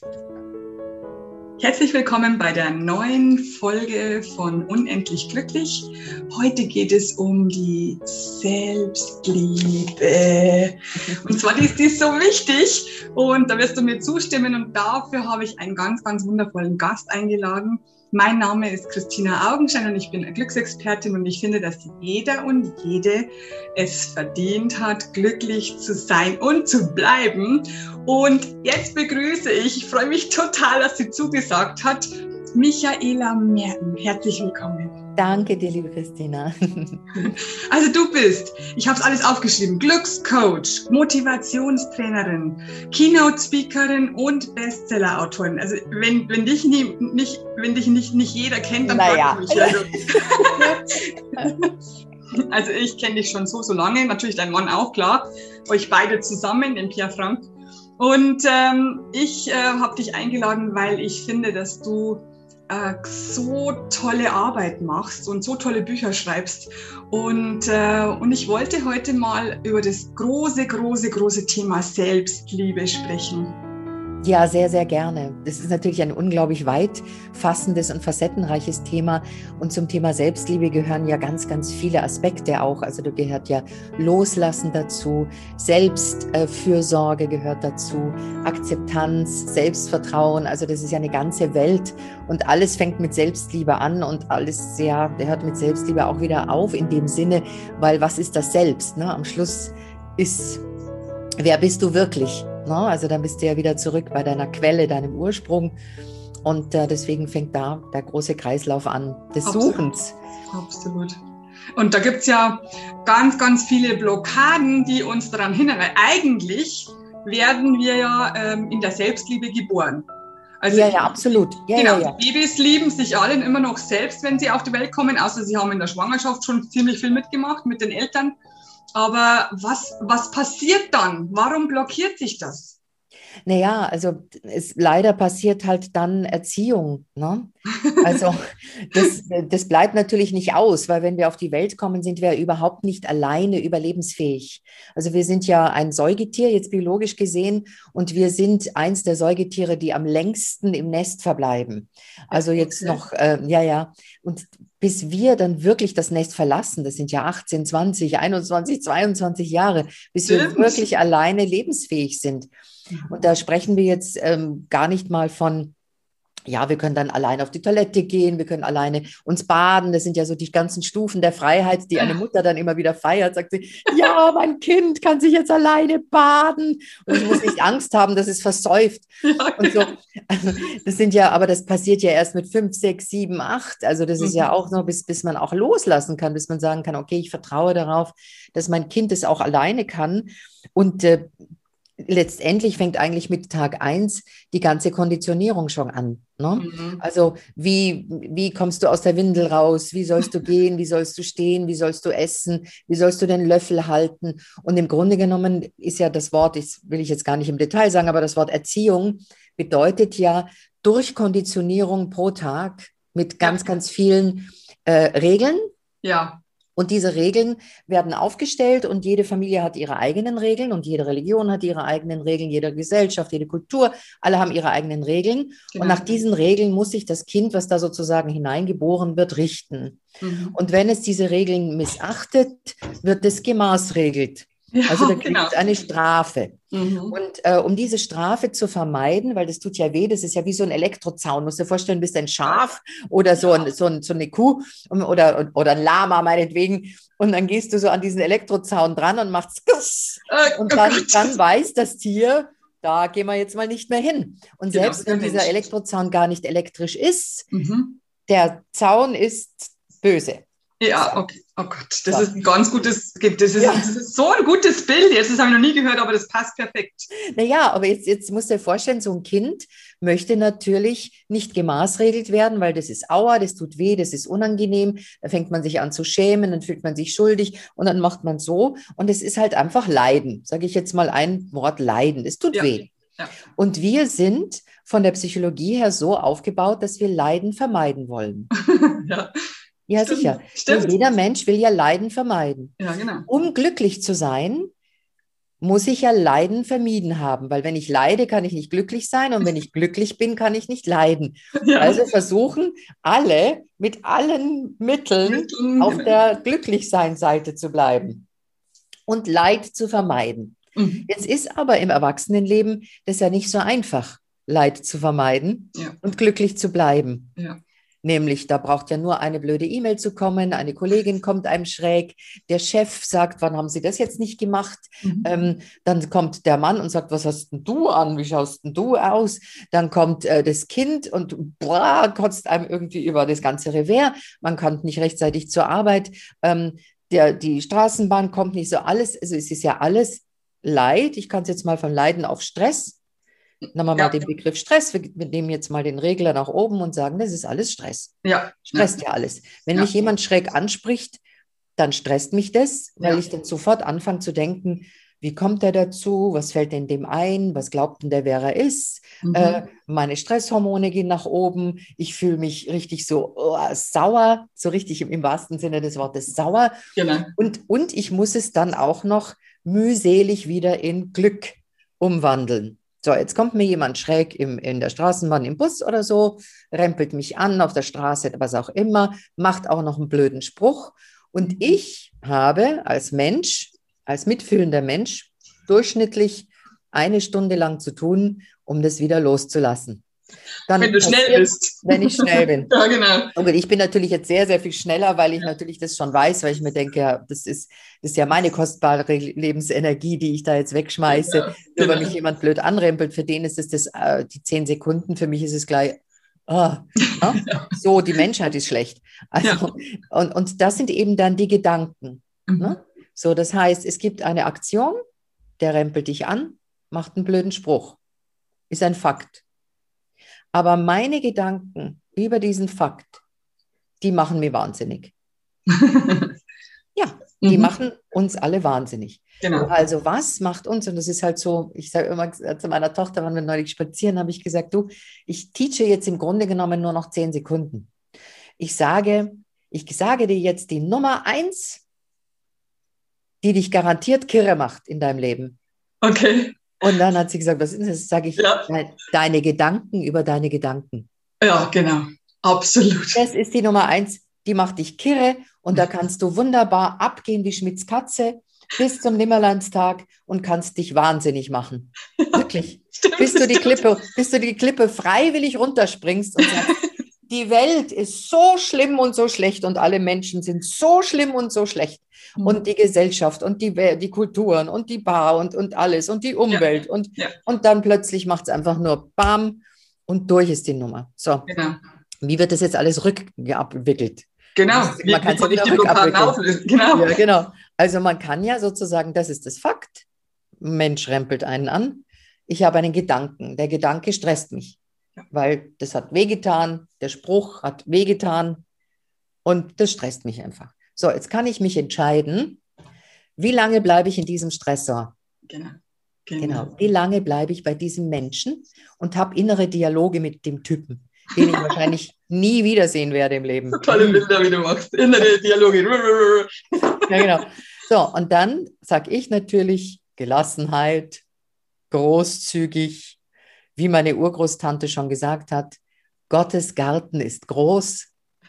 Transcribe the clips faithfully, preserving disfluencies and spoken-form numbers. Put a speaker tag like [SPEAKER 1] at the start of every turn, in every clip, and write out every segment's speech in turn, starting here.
[SPEAKER 1] Herzlich willkommen bei der neuen Folge von Unendlich Glücklich. Heute geht es um die Selbstliebe. Und zwar ist die so wichtig und da wirst du mir zustimmen und dafür habe ich einen ganz, ganz wundervollen Gast eingeladen. Mein Name ist Christina Augenschein und ich bin eine Glücksexpertin und ich finde, dass jeder und jede es verdient hat, glücklich zu sein und zu bleiben. Und jetzt begrüße ich, ich freue mich total, dass sie zugesagt hat, Michaela Merten. Herzlich willkommen.
[SPEAKER 2] Danke dir, liebe Christina.
[SPEAKER 1] Also du bist, ich habe es alles aufgeschrieben, Glückscoach, Motivationstrainerin, Keynote-Speakerin und Bestseller-Autorin. Also wenn, wenn dich, nie, nicht, wenn dich nicht, nicht jeder kennt, dann
[SPEAKER 2] naja.
[SPEAKER 1] fragt mich. Also, also ich kenne dich schon so, so lange, natürlich dein Mann auch, klar, euch beide zusammen, den Pierre Frank. Und ähm, ich äh, habe dich eingeladen, weil ich finde, dass du äh, so tolle Arbeit machst und so tolle Bücher schreibst. Und, äh, und ich wollte heute mal über das große, große, große Thema Selbstliebe sprechen.
[SPEAKER 2] Ja, sehr, sehr gerne. Das ist natürlich ein unglaublich weit fassendes und facettenreiches Thema. Und zum Thema Selbstliebe gehören ja ganz, ganz viele Aspekte auch. Also da gehört ja Loslassen dazu, Selbstfürsorge gehört dazu, Akzeptanz, Selbstvertrauen. Also das ist ja eine ganze Welt. Und alles fängt mit Selbstliebe an und alles, ja, der hört mit Selbstliebe auch wieder auf in dem Sinne, weil was ist das Selbst? Ne? Am Schluss ist, wer bist du wirklich? No, also dann bist du ja wieder zurück bei deiner Quelle, deinem Ursprung. Und äh, deswegen fängt da der große Kreislauf an, des
[SPEAKER 1] Absolut.
[SPEAKER 2] Suchens.
[SPEAKER 1] Absolut. Und da gibt es ja ganz, ganz viele Blockaden, die uns daran hindern. Weil eigentlich werden wir ja ähm, in der Selbstliebe geboren. Also
[SPEAKER 2] ja, ja, absolut. Ja,
[SPEAKER 1] genau,
[SPEAKER 2] ja, ja.
[SPEAKER 1] Die Babys lieben sich alle immer noch selbst, wenn sie auf die Welt kommen, außer sie haben in der Schwangerschaft schon ziemlich viel mitgemacht mit den Eltern. Aber was, was passiert dann? Warum blockiert sich das?
[SPEAKER 2] Naja, also es leider passiert halt dann Erziehung. Ne? Also das, das bleibt natürlich nicht aus, weil wenn wir auf die Welt kommen, sind wir überhaupt nicht alleine überlebensfähig. Also wir sind ja ein Säugetier, jetzt biologisch gesehen, und wir sind eins der Säugetiere, die am längsten im Nest verbleiben. Also jetzt
[SPEAKER 1] Okay.
[SPEAKER 2] noch, äh, ja, ja, und bis wir dann wirklich das Nest verlassen, das sind ja achtzehn, zwanzig, einundzwanzig, zweiundzwanzig Jahre, bis
[SPEAKER 1] Stimmt.
[SPEAKER 2] wir wirklich alleine lebensfähig sind. Und da sprechen wir jetzt ähm, gar nicht mal von, ja, wir können dann allein auf die Toilette gehen, wir können alleine uns baden. Das sind ja so die ganzen Stufen der Freiheit, die eine Mutter dann immer wieder feiert. Sagt sie, ja, mein Kind kann sich jetzt alleine baden und ich muss nicht Angst haben, dass es versäuft.
[SPEAKER 1] Ja,
[SPEAKER 2] und so. Also, das sind ja, aber das passiert ja erst mit fünf, sechs, sieben, acht. Also das ist
[SPEAKER 1] Mhm.
[SPEAKER 2] ja auch noch, bis, bis man auch loslassen kann, bis man sagen kann, okay, ich vertraue darauf, dass mein Kind es auch alleine kann. Und äh, letztendlich fängt eigentlich mit Tag eins die ganze Konditionierung schon an. Ne?
[SPEAKER 1] Mhm.
[SPEAKER 2] Also wie, wie kommst du aus der Windel raus? Wie sollst du gehen? Wie sollst du stehen? Wie sollst du essen? Wie sollst du den Löffel halten? Und im Grunde genommen ist ja das Wort, das will ich jetzt gar nicht im Detail sagen, aber das Wort Erziehung bedeutet ja durch Konditionierung pro Tag mit ganz,
[SPEAKER 1] Ja.
[SPEAKER 2] ganz vielen äh, Regeln.
[SPEAKER 1] Ja.
[SPEAKER 2] Und diese Regeln werden aufgestellt und jede Familie hat ihre eigenen Regeln und jede Religion hat ihre eigenen Regeln, jede Gesellschaft, jede Kultur, alle haben ihre eigenen Regeln.
[SPEAKER 1] Genau.
[SPEAKER 2] Und nach diesen Regeln muss sich das Kind, was da sozusagen hineingeboren wird, richten.
[SPEAKER 1] Mhm.
[SPEAKER 2] Und wenn es diese Regeln missachtet, wird es gemaßregelt.
[SPEAKER 1] Ja,
[SPEAKER 2] Also da gibt
[SPEAKER 1] genau.
[SPEAKER 2] es eine Strafe.
[SPEAKER 1] Mhm.
[SPEAKER 2] Und äh, um diese Strafe zu vermeiden, weil das tut ja weh, das ist ja wie so ein Elektrozaun. Musst dir vorstellen, du bist ein Schaf oder so,
[SPEAKER 1] Ja.
[SPEAKER 2] ein, so, ein, so eine Kuh oder, oder ein Lama meinetwegen. Und dann gehst du so an diesen Elektrozaun dran und machst Kuss.
[SPEAKER 1] Äh,
[SPEAKER 2] Und
[SPEAKER 1] oh
[SPEAKER 2] dann,
[SPEAKER 1] Gott.
[SPEAKER 2] dann weiß das Tier, da gehen wir jetzt mal nicht mehr hin. Und
[SPEAKER 1] Genau,
[SPEAKER 2] selbst
[SPEAKER 1] der
[SPEAKER 2] wenn dieser
[SPEAKER 1] Mensch.
[SPEAKER 2] Elektrozaun gar nicht elektrisch ist,
[SPEAKER 1] Mhm.
[SPEAKER 2] der Zaun ist böse.
[SPEAKER 1] Ja,
[SPEAKER 2] So.
[SPEAKER 1] okay. Oh Gott, das
[SPEAKER 2] So.
[SPEAKER 1] ist ein ganz gutes, das ist,
[SPEAKER 2] Ja.
[SPEAKER 1] das ist so ein gutes Bild jetzt, das habe ich noch nie gehört, aber das passt perfekt.
[SPEAKER 2] Naja, aber jetzt, jetzt musst du dir vorstellen, so ein Kind möchte natürlich nicht gemaßregelt werden, weil das ist Aua, das tut weh, das ist unangenehm. Da fängt man sich an zu schämen, dann fühlt man sich schuldig und dann macht man so. Und es ist halt einfach Leiden, sage ich jetzt mal ein Wort Leiden. Es tut
[SPEAKER 1] Ja.
[SPEAKER 2] weh.
[SPEAKER 1] Ja.
[SPEAKER 2] Und wir sind von der Psychologie her so aufgebaut, dass wir Leiden vermeiden wollen.
[SPEAKER 1] Ja.
[SPEAKER 2] Ja,
[SPEAKER 1] Stimmt.
[SPEAKER 2] sicher.
[SPEAKER 1] Stimmt.
[SPEAKER 2] Jeder Mensch will ja Leiden vermeiden.
[SPEAKER 1] Ja, genau.
[SPEAKER 2] Um glücklich zu sein, muss ich ja Leiden vermieden haben, weil wenn ich leide, kann ich nicht glücklich sein und wenn ich glücklich bin, kann ich nicht leiden. Ja. Also versuchen alle mit allen Mitteln
[SPEAKER 1] Mitteln,
[SPEAKER 2] auf
[SPEAKER 1] genau.
[SPEAKER 2] der Glücklichsein-Seite zu bleiben und Leid zu vermeiden. Mhm. Jetzt ist aber im Erwachsenenleben das ja nicht so einfach, Leid zu vermeiden
[SPEAKER 1] ja.
[SPEAKER 2] und glücklich zu bleiben.
[SPEAKER 1] Ja.
[SPEAKER 2] Nämlich, da braucht ja nur eine blöde E-Mail zu kommen, eine Kollegin kommt einem schräg, der Chef sagt, wann haben Sie das jetzt nicht gemacht? Mhm. Ähm, dann kommt der Mann und sagt, was hast denn du an? Wie schaust denn du aus? Dann kommt äh, das Kind und boah, kotzt einem irgendwie über das ganze Revers. Man kommt nicht rechtzeitig zur Arbeit. Ähm, der, die Straßenbahn kommt nicht so alles. Also es ist ja alles Leid. Ich kann es jetzt mal von Leiden auf Stress. Nehmen wir ja. mal den Begriff Stress. Wir, wir nehmen jetzt mal den Regler nach oben und sagen, das ist alles Stress.
[SPEAKER 1] Ja.
[SPEAKER 2] Stresst ja, ja alles. Wenn ja. mich jemand schräg anspricht, dann stresst mich das, weil ja. ich dann sofort anfange zu denken, wie kommt er dazu? Was fällt denn dem ein? Was glaubt denn der, wer er ist? Mhm. Äh, meine Stresshormone gehen nach oben. Ich fühle mich richtig so oh, sauer, so richtig im, im wahrsten Sinne des Wortes sauer.
[SPEAKER 1] Genau.
[SPEAKER 2] Und, und ich muss es dann auch noch mühselig wieder in Glück umwandeln. So, jetzt kommt mir jemand schräg im, in der Straßenbahn, im Bus oder so, rempelt mich an auf der Straße, was auch immer, macht auch noch einen blöden Spruch. Und ich habe als Mensch, als mitfühlender Mensch, durchschnittlich eine Stunde lang zu tun, um das wieder loszulassen. Dann
[SPEAKER 1] wenn du
[SPEAKER 2] passiert,
[SPEAKER 1] schnell bist.
[SPEAKER 2] Wenn ich schnell bin.
[SPEAKER 1] Ja, genau.
[SPEAKER 2] Aber ich bin natürlich jetzt sehr, sehr viel schneller, weil ich natürlich das schon weiß, weil ich mir denke, ja, das ist, das ist ja meine kostbare Lebensenergie, die ich da jetzt wegschmeiße. Ja, Nur genau. Wenn mich jemand blöd anrempelt, für den ist es das, äh, die zehn Sekunden, für mich ist es gleich, oh, ja? Ja. So, die Menschheit ist schlecht. Also, ja. und, und das sind eben dann die Gedanken. Mhm. Ne? So, das heißt, es gibt eine Aktion, der rempelt dich an, macht einen blöden Spruch. Ist ein Fakt. Aber meine Gedanken über diesen Fakt, die machen mich wahnsinnig. Ja, die mhm. machen uns alle wahnsinnig.
[SPEAKER 1] Genau.
[SPEAKER 2] Also was macht uns, und das ist halt so, ich sage immer zu meiner Tochter, wenn wir neulich spazieren, habe ich gesagt, du, ich teache jetzt im Grunde genommen nur noch zehn Sekunden. Ich sage, ich sage dir jetzt die Nummer eins, die dich garantiert kirre macht in deinem Leben.
[SPEAKER 1] Okay.
[SPEAKER 2] Und dann hat sie gesagt, was ist das? Sage ich,
[SPEAKER 1] ja.
[SPEAKER 2] deine Gedanken über deine Gedanken.
[SPEAKER 1] Ja, genau. Absolut.
[SPEAKER 2] Das ist die Nummer eins, die macht dich kirre und da kannst du wunderbar abgehen wie Schmitz Katze bis zum Nimmerleinstag und kannst dich wahnsinnig machen. Wirklich.
[SPEAKER 1] Stimmt,
[SPEAKER 2] bis, du die
[SPEAKER 1] stimmt.
[SPEAKER 2] Klippe, bis du die Klippe freiwillig runterspringst und sagst, die Welt ist so schlimm und so schlecht und alle Menschen sind so schlimm und so schlecht. Mhm. Und die Gesellschaft und die, die Kulturen und die Bar und, und alles und die Umwelt. Ja. Und, ja. und dann plötzlich macht es einfach nur Bam und durch ist die Nummer. So,
[SPEAKER 1] genau.
[SPEAKER 2] Wie wird das jetzt alles rückabgewickelt?
[SPEAKER 1] Genau,
[SPEAKER 2] man wie, kann es wieder rückabwickeln. Genau. Ja, genau. Also man kann ja sozusagen, das ist das Fakt, Mensch rempelt einen an. Ich habe einen Gedanken, der Gedanke stresst mich. Weil das hat wehgetan, der Spruch hat wehgetan und das stresst mich einfach. So, jetzt kann ich mich entscheiden, wie lange bleibe ich in diesem Stressor?
[SPEAKER 1] Genau.
[SPEAKER 2] Genau. genau. Wie lange bleibe ich bei diesem Menschen und habe innere Dialoge mit dem Typen, den ich wahrscheinlich nie wiedersehen werde im Leben.
[SPEAKER 1] Tolle Bilder, wie du machst. Innere Dialoge.
[SPEAKER 2] Ja, genau. So, und dann sage ich natürlich Gelassenheit, großzügig, wie meine Urgroßtante schon gesagt hat, Gottes Garten ist groß.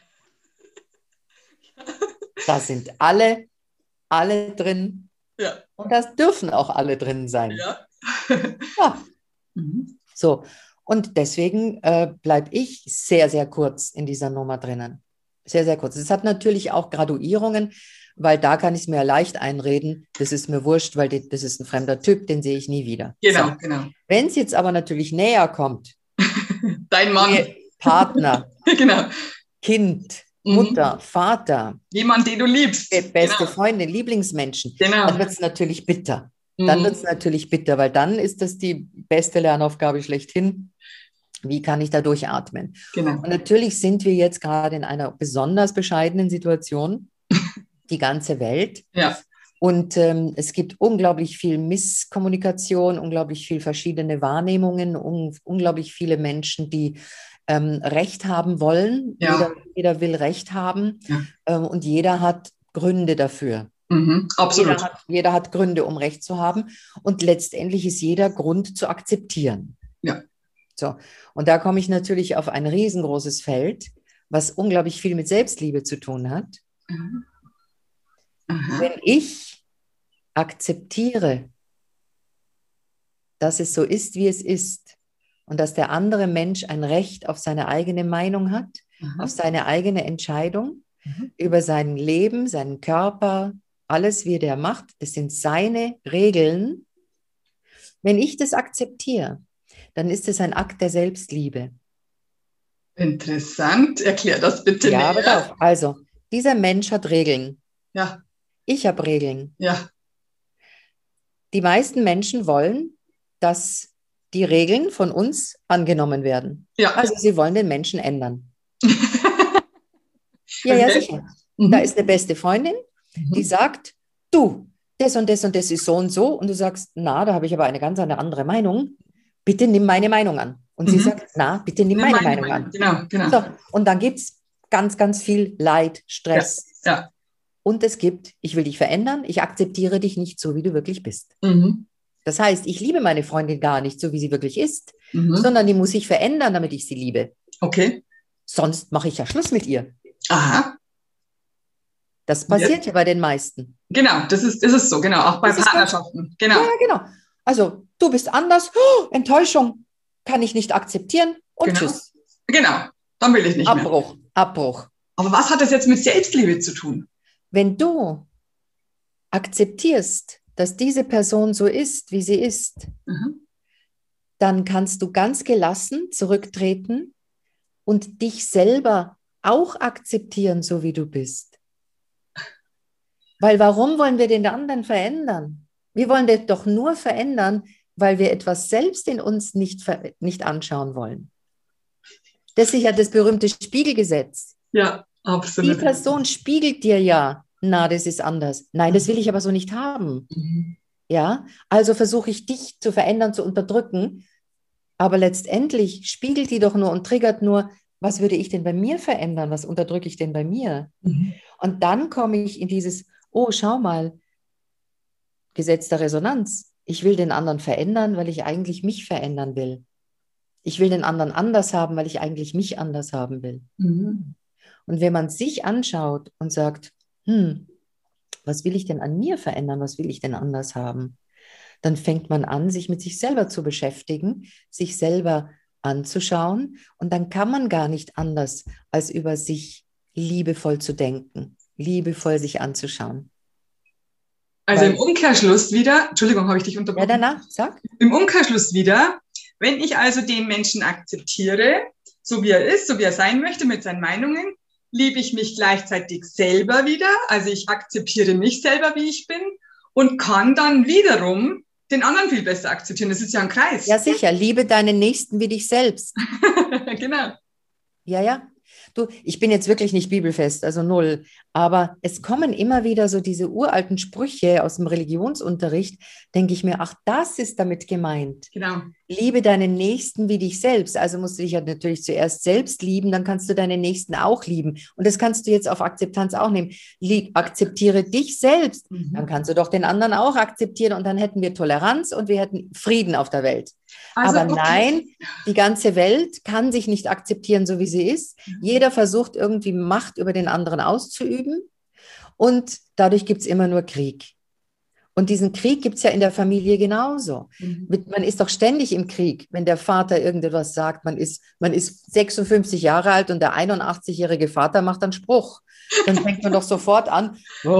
[SPEAKER 2] Da sind alle, alle drin.
[SPEAKER 1] Ja.
[SPEAKER 2] Und das dürfen auch alle drin sein.
[SPEAKER 1] Ja.
[SPEAKER 2] Ja. Mhm. So. Und deswegen äh, bleibe ich sehr, sehr kurz in dieser Nummer drinnen. Sehr, sehr kurz. Es hat natürlich auch Graduierungen, weil da kann ich es mir leicht einreden, das ist mir wurscht, weil die, das ist ein fremder Typ, den sehe ich nie wieder.
[SPEAKER 1] Genau,
[SPEAKER 2] so.
[SPEAKER 1] genau.
[SPEAKER 2] Wenn es jetzt aber natürlich näher kommt,
[SPEAKER 1] dein Mann,
[SPEAKER 2] Partner,
[SPEAKER 1] genau.
[SPEAKER 2] Kind, Mutter, mhm. Vater,
[SPEAKER 1] jemand, den du liebst,
[SPEAKER 2] beste genau. Freundin, Lieblingsmenschen,
[SPEAKER 1] genau.
[SPEAKER 2] dann wird es natürlich bitter. Dann mhm. wird es natürlich bitter, weil dann ist das die beste Lernaufgabe schlechthin. Wie kann ich da durchatmen?
[SPEAKER 1] Genau.
[SPEAKER 2] Und natürlich sind wir jetzt gerade in einer besonders bescheidenen Situation, die ganze Welt.
[SPEAKER 1] Ja.
[SPEAKER 2] Und ähm, es gibt unglaublich viel Misskommunikation, unglaublich viel verschiedene Wahrnehmungen, un unglaublich viele Menschen, die ähm, Recht haben wollen.
[SPEAKER 1] Ja.
[SPEAKER 2] Jeder, jeder will Recht haben.
[SPEAKER 1] Ja.
[SPEAKER 2] Ähm, und jeder hat Gründe dafür.
[SPEAKER 1] Mhm. Absolut.
[SPEAKER 2] Jeder hat, jeder hat Gründe, um Recht zu haben. Und letztendlich ist jeder Grund zu akzeptieren.
[SPEAKER 1] Ja.
[SPEAKER 2] So. Und da komme ich natürlich auf ein riesengroßes Feld, was unglaublich viel mit Selbstliebe zu tun hat.
[SPEAKER 1] Mhm. Aha.
[SPEAKER 2] Wenn ich akzeptiere, dass es so ist, wie es ist und dass der andere Mensch ein Recht auf seine eigene Meinung hat,
[SPEAKER 1] Mhm.
[SPEAKER 2] auf seine eigene Entscheidung
[SPEAKER 1] Mhm.
[SPEAKER 2] über sein Leben, seinen Körper, alles, wie der macht, das sind seine Regeln. Wenn ich das akzeptiere, dann ist es ein Akt der Selbstliebe.
[SPEAKER 1] Interessant. Erklär das bitte
[SPEAKER 2] Ja,
[SPEAKER 1] näher.
[SPEAKER 2] pass auf. Also, dieser Mensch hat Regeln.
[SPEAKER 1] Ja.
[SPEAKER 2] Ich habe Regeln.
[SPEAKER 1] Ja.
[SPEAKER 2] Die meisten Menschen wollen, dass die Regeln von uns angenommen werden.
[SPEAKER 1] Ja.
[SPEAKER 2] Also sie wollen den Menschen ändern. Ja, ja,
[SPEAKER 1] Okay.
[SPEAKER 2] sicher.
[SPEAKER 1] Mhm.
[SPEAKER 2] Da ist eine beste Freundin,
[SPEAKER 1] Mhm.
[SPEAKER 2] die sagt, du, das und das und das ist so und so. Und du sagst, na, da habe ich aber eine ganz eine andere Meinung. Bitte nimm meine Meinung an. Und sie
[SPEAKER 1] Mhm.
[SPEAKER 2] sagt, na, bitte nimm
[SPEAKER 1] Nimm
[SPEAKER 2] meine,
[SPEAKER 1] meine
[SPEAKER 2] Meinung
[SPEAKER 1] Meinung.
[SPEAKER 2] an.
[SPEAKER 1] Genau, genau.
[SPEAKER 2] So, und dann gibt es ganz, ganz viel Leid, Stress.
[SPEAKER 1] Ja. Ja.
[SPEAKER 2] Und es gibt, ich will dich verändern, ich akzeptiere dich nicht so, wie du wirklich bist.
[SPEAKER 1] Mhm.
[SPEAKER 2] Das heißt, ich liebe meine Freundin gar nicht so, wie sie wirklich ist,
[SPEAKER 1] Mhm.
[SPEAKER 2] sondern die muss ich verändern, damit ich sie liebe.
[SPEAKER 1] Okay.
[SPEAKER 2] Sonst mache ich ja Schluss mit ihr.
[SPEAKER 1] Aha.
[SPEAKER 2] Das passiert ja bei den meisten.
[SPEAKER 1] Genau, das ist, das ist so, genau, auch bei
[SPEAKER 2] Das ist ganz-
[SPEAKER 1] Partnerschaften. Genau.
[SPEAKER 2] Ja, genau. Also, du bist anders. Oh, Enttäuschung kann ich nicht akzeptieren. Und
[SPEAKER 1] Genau.
[SPEAKER 2] tschüss.
[SPEAKER 1] Genau, dann will ich nicht mehr.
[SPEAKER 2] Abbruch, Abbruch.
[SPEAKER 1] Aber was hat das jetzt mit Selbstliebe zu tun?
[SPEAKER 2] Wenn du akzeptierst, dass diese Person so ist, wie sie ist,
[SPEAKER 1] Mhm.
[SPEAKER 2] dann kannst du ganz gelassen zurücktreten und dich selber auch akzeptieren, so wie du bist. Weil warum wollen wir den anderen verändern? Wir wollen das doch nur verändern, weil wir etwas selbst in uns nicht, ver- nicht anschauen wollen. Das ist ja das berühmte Spiegelgesetz.
[SPEAKER 1] Ja,
[SPEAKER 2] Die
[SPEAKER 1] absolut.
[SPEAKER 2] Person spiegelt dir ja, na, das ist anders. Nein, das will ich aber so nicht haben.
[SPEAKER 1] Mhm.
[SPEAKER 2] Ja, also versuche ich dich zu verändern, zu unterdrücken, aber letztendlich spiegelt die doch nur und triggert nur, was würde ich denn bei mir verändern? Was unterdrücke ich denn bei mir?
[SPEAKER 1] Mhm.
[SPEAKER 2] Und dann komme ich in dieses, oh, schau mal, Gesetz der Resonanz. Ich will den anderen verändern, weil ich eigentlich mich verändern will. Ich will den anderen anders haben, weil ich eigentlich mich anders haben will.
[SPEAKER 1] Mhm.
[SPEAKER 2] Und wenn man sich anschaut und sagt, hm, was will ich denn an mir verändern? Was will ich denn anders haben? Dann fängt man an, sich mit sich selber zu beschäftigen, sich selber anzuschauen. Und dann kann man gar nicht anders, als über sich liebevoll zu denken, liebevoll sich anzuschauen.
[SPEAKER 1] Also
[SPEAKER 2] Weil-
[SPEAKER 1] im Umkehrschluss wieder, Entschuldigung, habe ich dich
[SPEAKER 2] Ja,
[SPEAKER 1] unterbrochen?
[SPEAKER 2] danach, sag.
[SPEAKER 1] Im Umkehrschluss wieder, wenn ich also den Menschen akzeptiere, so wie er ist, so wie er sein möchte, mit seinen Meinungen, liebe ich mich gleichzeitig selber wieder. Also ich akzeptiere mich selber, wie ich bin und kann dann wiederum den anderen viel besser akzeptieren. Das ist ja ein Kreis.
[SPEAKER 2] Ja, sicher. Liebe deinen Nächsten wie dich selbst.
[SPEAKER 1] Genau.
[SPEAKER 2] Ja, ja. Du, ich bin jetzt wirklich nicht bibelfest, also null. Aber es kommen immer wieder so diese uralten Sprüche aus dem Religionsunterricht, denke ich mir, ach, das ist damit gemeint.
[SPEAKER 1] Genau.
[SPEAKER 2] Liebe deinen Nächsten wie dich selbst. Also musst du dich ja natürlich zuerst selbst lieben, dann kannst du deinen Nächsten auch lieben. Und das kannst du jetzt auf Akzeptanz auch nehmen. Lieb, akzeptiere dich selbst, dann
[SPEAKER 1] Mhm.
[SPEAKER 2] kannst du doch den anderen auch akzeptieren und dann hätten wir Toleranz und wir hätten Frieden auf der Welt.
[SPEAKER 1] Also,
[SPEAKER 2] Aber
[SPEAKER 1] okay.
[SPEAKER 2] nein, die ganze Welt kann sich nicht akzeptieren, so wie sie ist. Jeder versucht irgendwie Macht über den anderen auszuüben und dadurch gibt es immer nur Krieg. Und diesen Krieg gibt es ja in der Familie genauso.
[SPEAKER 1] Mhm.
[SPEAKER 2] Mit, man ist doch ständig im Krieg, wenn der Vater irgendetwas sagt, man ist, man ist sechsundfünfzig Jahre alt und der einundachtzig-jährige Vater macht einen Spruch. Dann fängt man doch sofort an,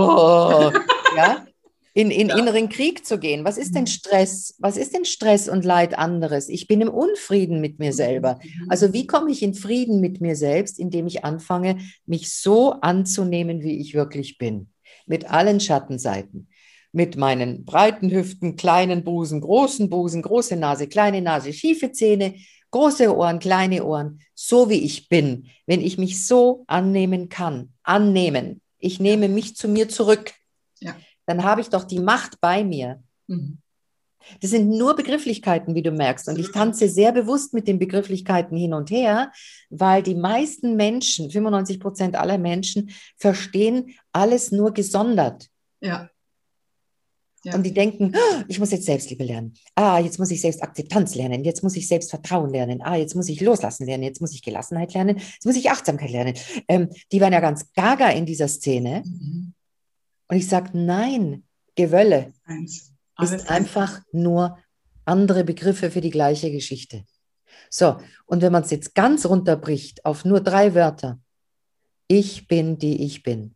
[SPEAKER 2] oh, ja, in, in
[SPEAKER 1] Ja.
[SPEAKER 2] inneren Krieg zu gehen. Was ist denn Stress? Was ist denn Stress und Leid anderes? Ich bin im Unfrieden mit mir selber. Also wie komme ich in Frieden mit mir selbst, indem ich anfange, mich so anzunehmen, wie ich wirklich bin? Mit allen Schattenseiten. Mit meinen breiten Hüften, kleinen Busen, großen Busen, große Nase, kleine Nase, schiefe Zähne, große Ohren, kleine Ohren, so wie ich bin. Wenn ich mich so annehmen kann, annehmen, ich nehme mich zu mir zurück,
[SPEAKER 1] Ja.
[SPEAKER 2] dann habe ich doch die Macht bei mir.
[SPEAKER 1] Mhm.
[SPEAKER 2] Das sind nur Begrifflichkeiten, wie du merkst. Und ich
[SPEAKER 1] Absolut.
[SPEAKER 2] tanze sehr bewusst mit den Begrifflichkeiten hin und her, weil die meisten Menschen, fünfundneunzig Prozent aller Menschen, verstehen alles nur gesondert.
[SPEAKER 1] Ja. Ja.
[SPEAKER 2] Und die denken, oh, ich muss jetzt Selbstliebe lernen. Ah, jetzt muss ich Selbstakzeptanz lernen. Jetzt muss ich Selbstvertrauen lernen. Ah, jetzt muss ich Loslassen lernen. Jetzt muss ich Gelassenheit lernen. Jetzt muss ich Achtsamkeit lernen. Ähm, die waren ja ganz gaga in dieser Szene.
[SPEAKER 1] Mhm.
[SPEAKER 2] Und ich sage, nein, Gewölle
[SPEAKER 1] Eins.
[SPEAKER 2] ist
[SPEAKER 1] Alles
[SPEAKER 2] einfach eins. Nur andere Begriffe für die gleiche Geschichte. So, und wenn man es jetzt ganz runterbricht auf nur drei Wörter, ich bin, die ich bin.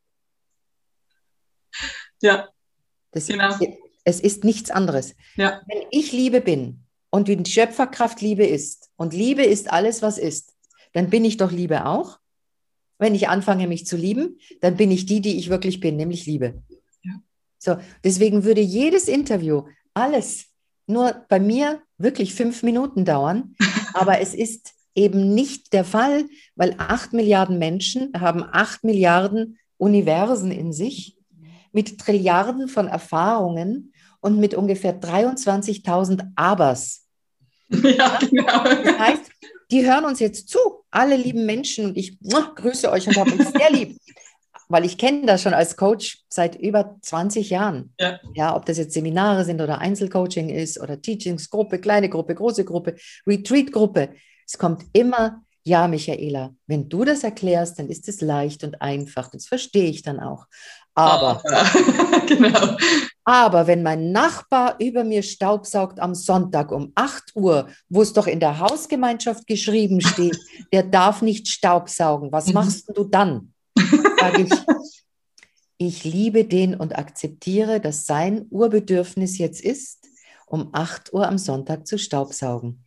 [SPEAKER 1] Ja.
[SPEAKER 2] Das,
[SPEAKER 1] genau.
[SPEAKER 2] Es ist nichts anderes.
[SPEAKER 1] Ja.
[SPEAKER 2] Wenn ich Liebe bin und die Schöpferkraft Liebe ist und Liebe ist alles, was ist, dann bin ich doch Liebe auch. Wenn ich anfange, mich zu lieben, dann bin ich die, die ich wirklich bin, nämlich Liebe.
[SPEAKER 1] Ja.
[SPEAKER 2] So, deswegen würde jedes Interview, alles, nur bei mir wirklich fünf Minuten dauern, aber es ist eben nicht der Fall, weil acht Milliarden Menschen haben acht Milliarden Universen in sich, mit Trilliarden von Erfahrungen und mit ungefähr dreiundzwanzigtausend Abers.
[SPEAKER 1] Ja, genau.
[SPEAKER 2] Das heißt, die hören uns jetzt zu, alle lieben Menschen, und ich muah, grüße euch und habe euch sehr lieb, weil ich kenne das schon als Coach seit über zwanzig Jahren.
[SPEAKER 1] Ja.
[SPEAKER 2] Ja, ob das jetzt Seminare sind oder Einzelcoaching ist oder Teachingsgruppe, kleine Gruppe, große Gruppe, Retreat-Gruppe. Es kommt immer, ja, Michaela, wenn du das erklärst, dann ist es leicht und einfach. Das verstehe ich dann auch. Aber,
[SPEAKER 1] genau.
[SPEAKER 2] aber wenn mein Nachbar über mir staubsaugt am Sonntag um acht Uhr, wo es doch in der Hausgemeinschaft geschrieben steht, der darf nicht staubsaugen, was mhm. machst du dann? Sage ich, ich liebe den und akzeptiere, dass sein Urbedürfnis jetzt ist, um acht Uhr am Sonntag zu staubsaugen.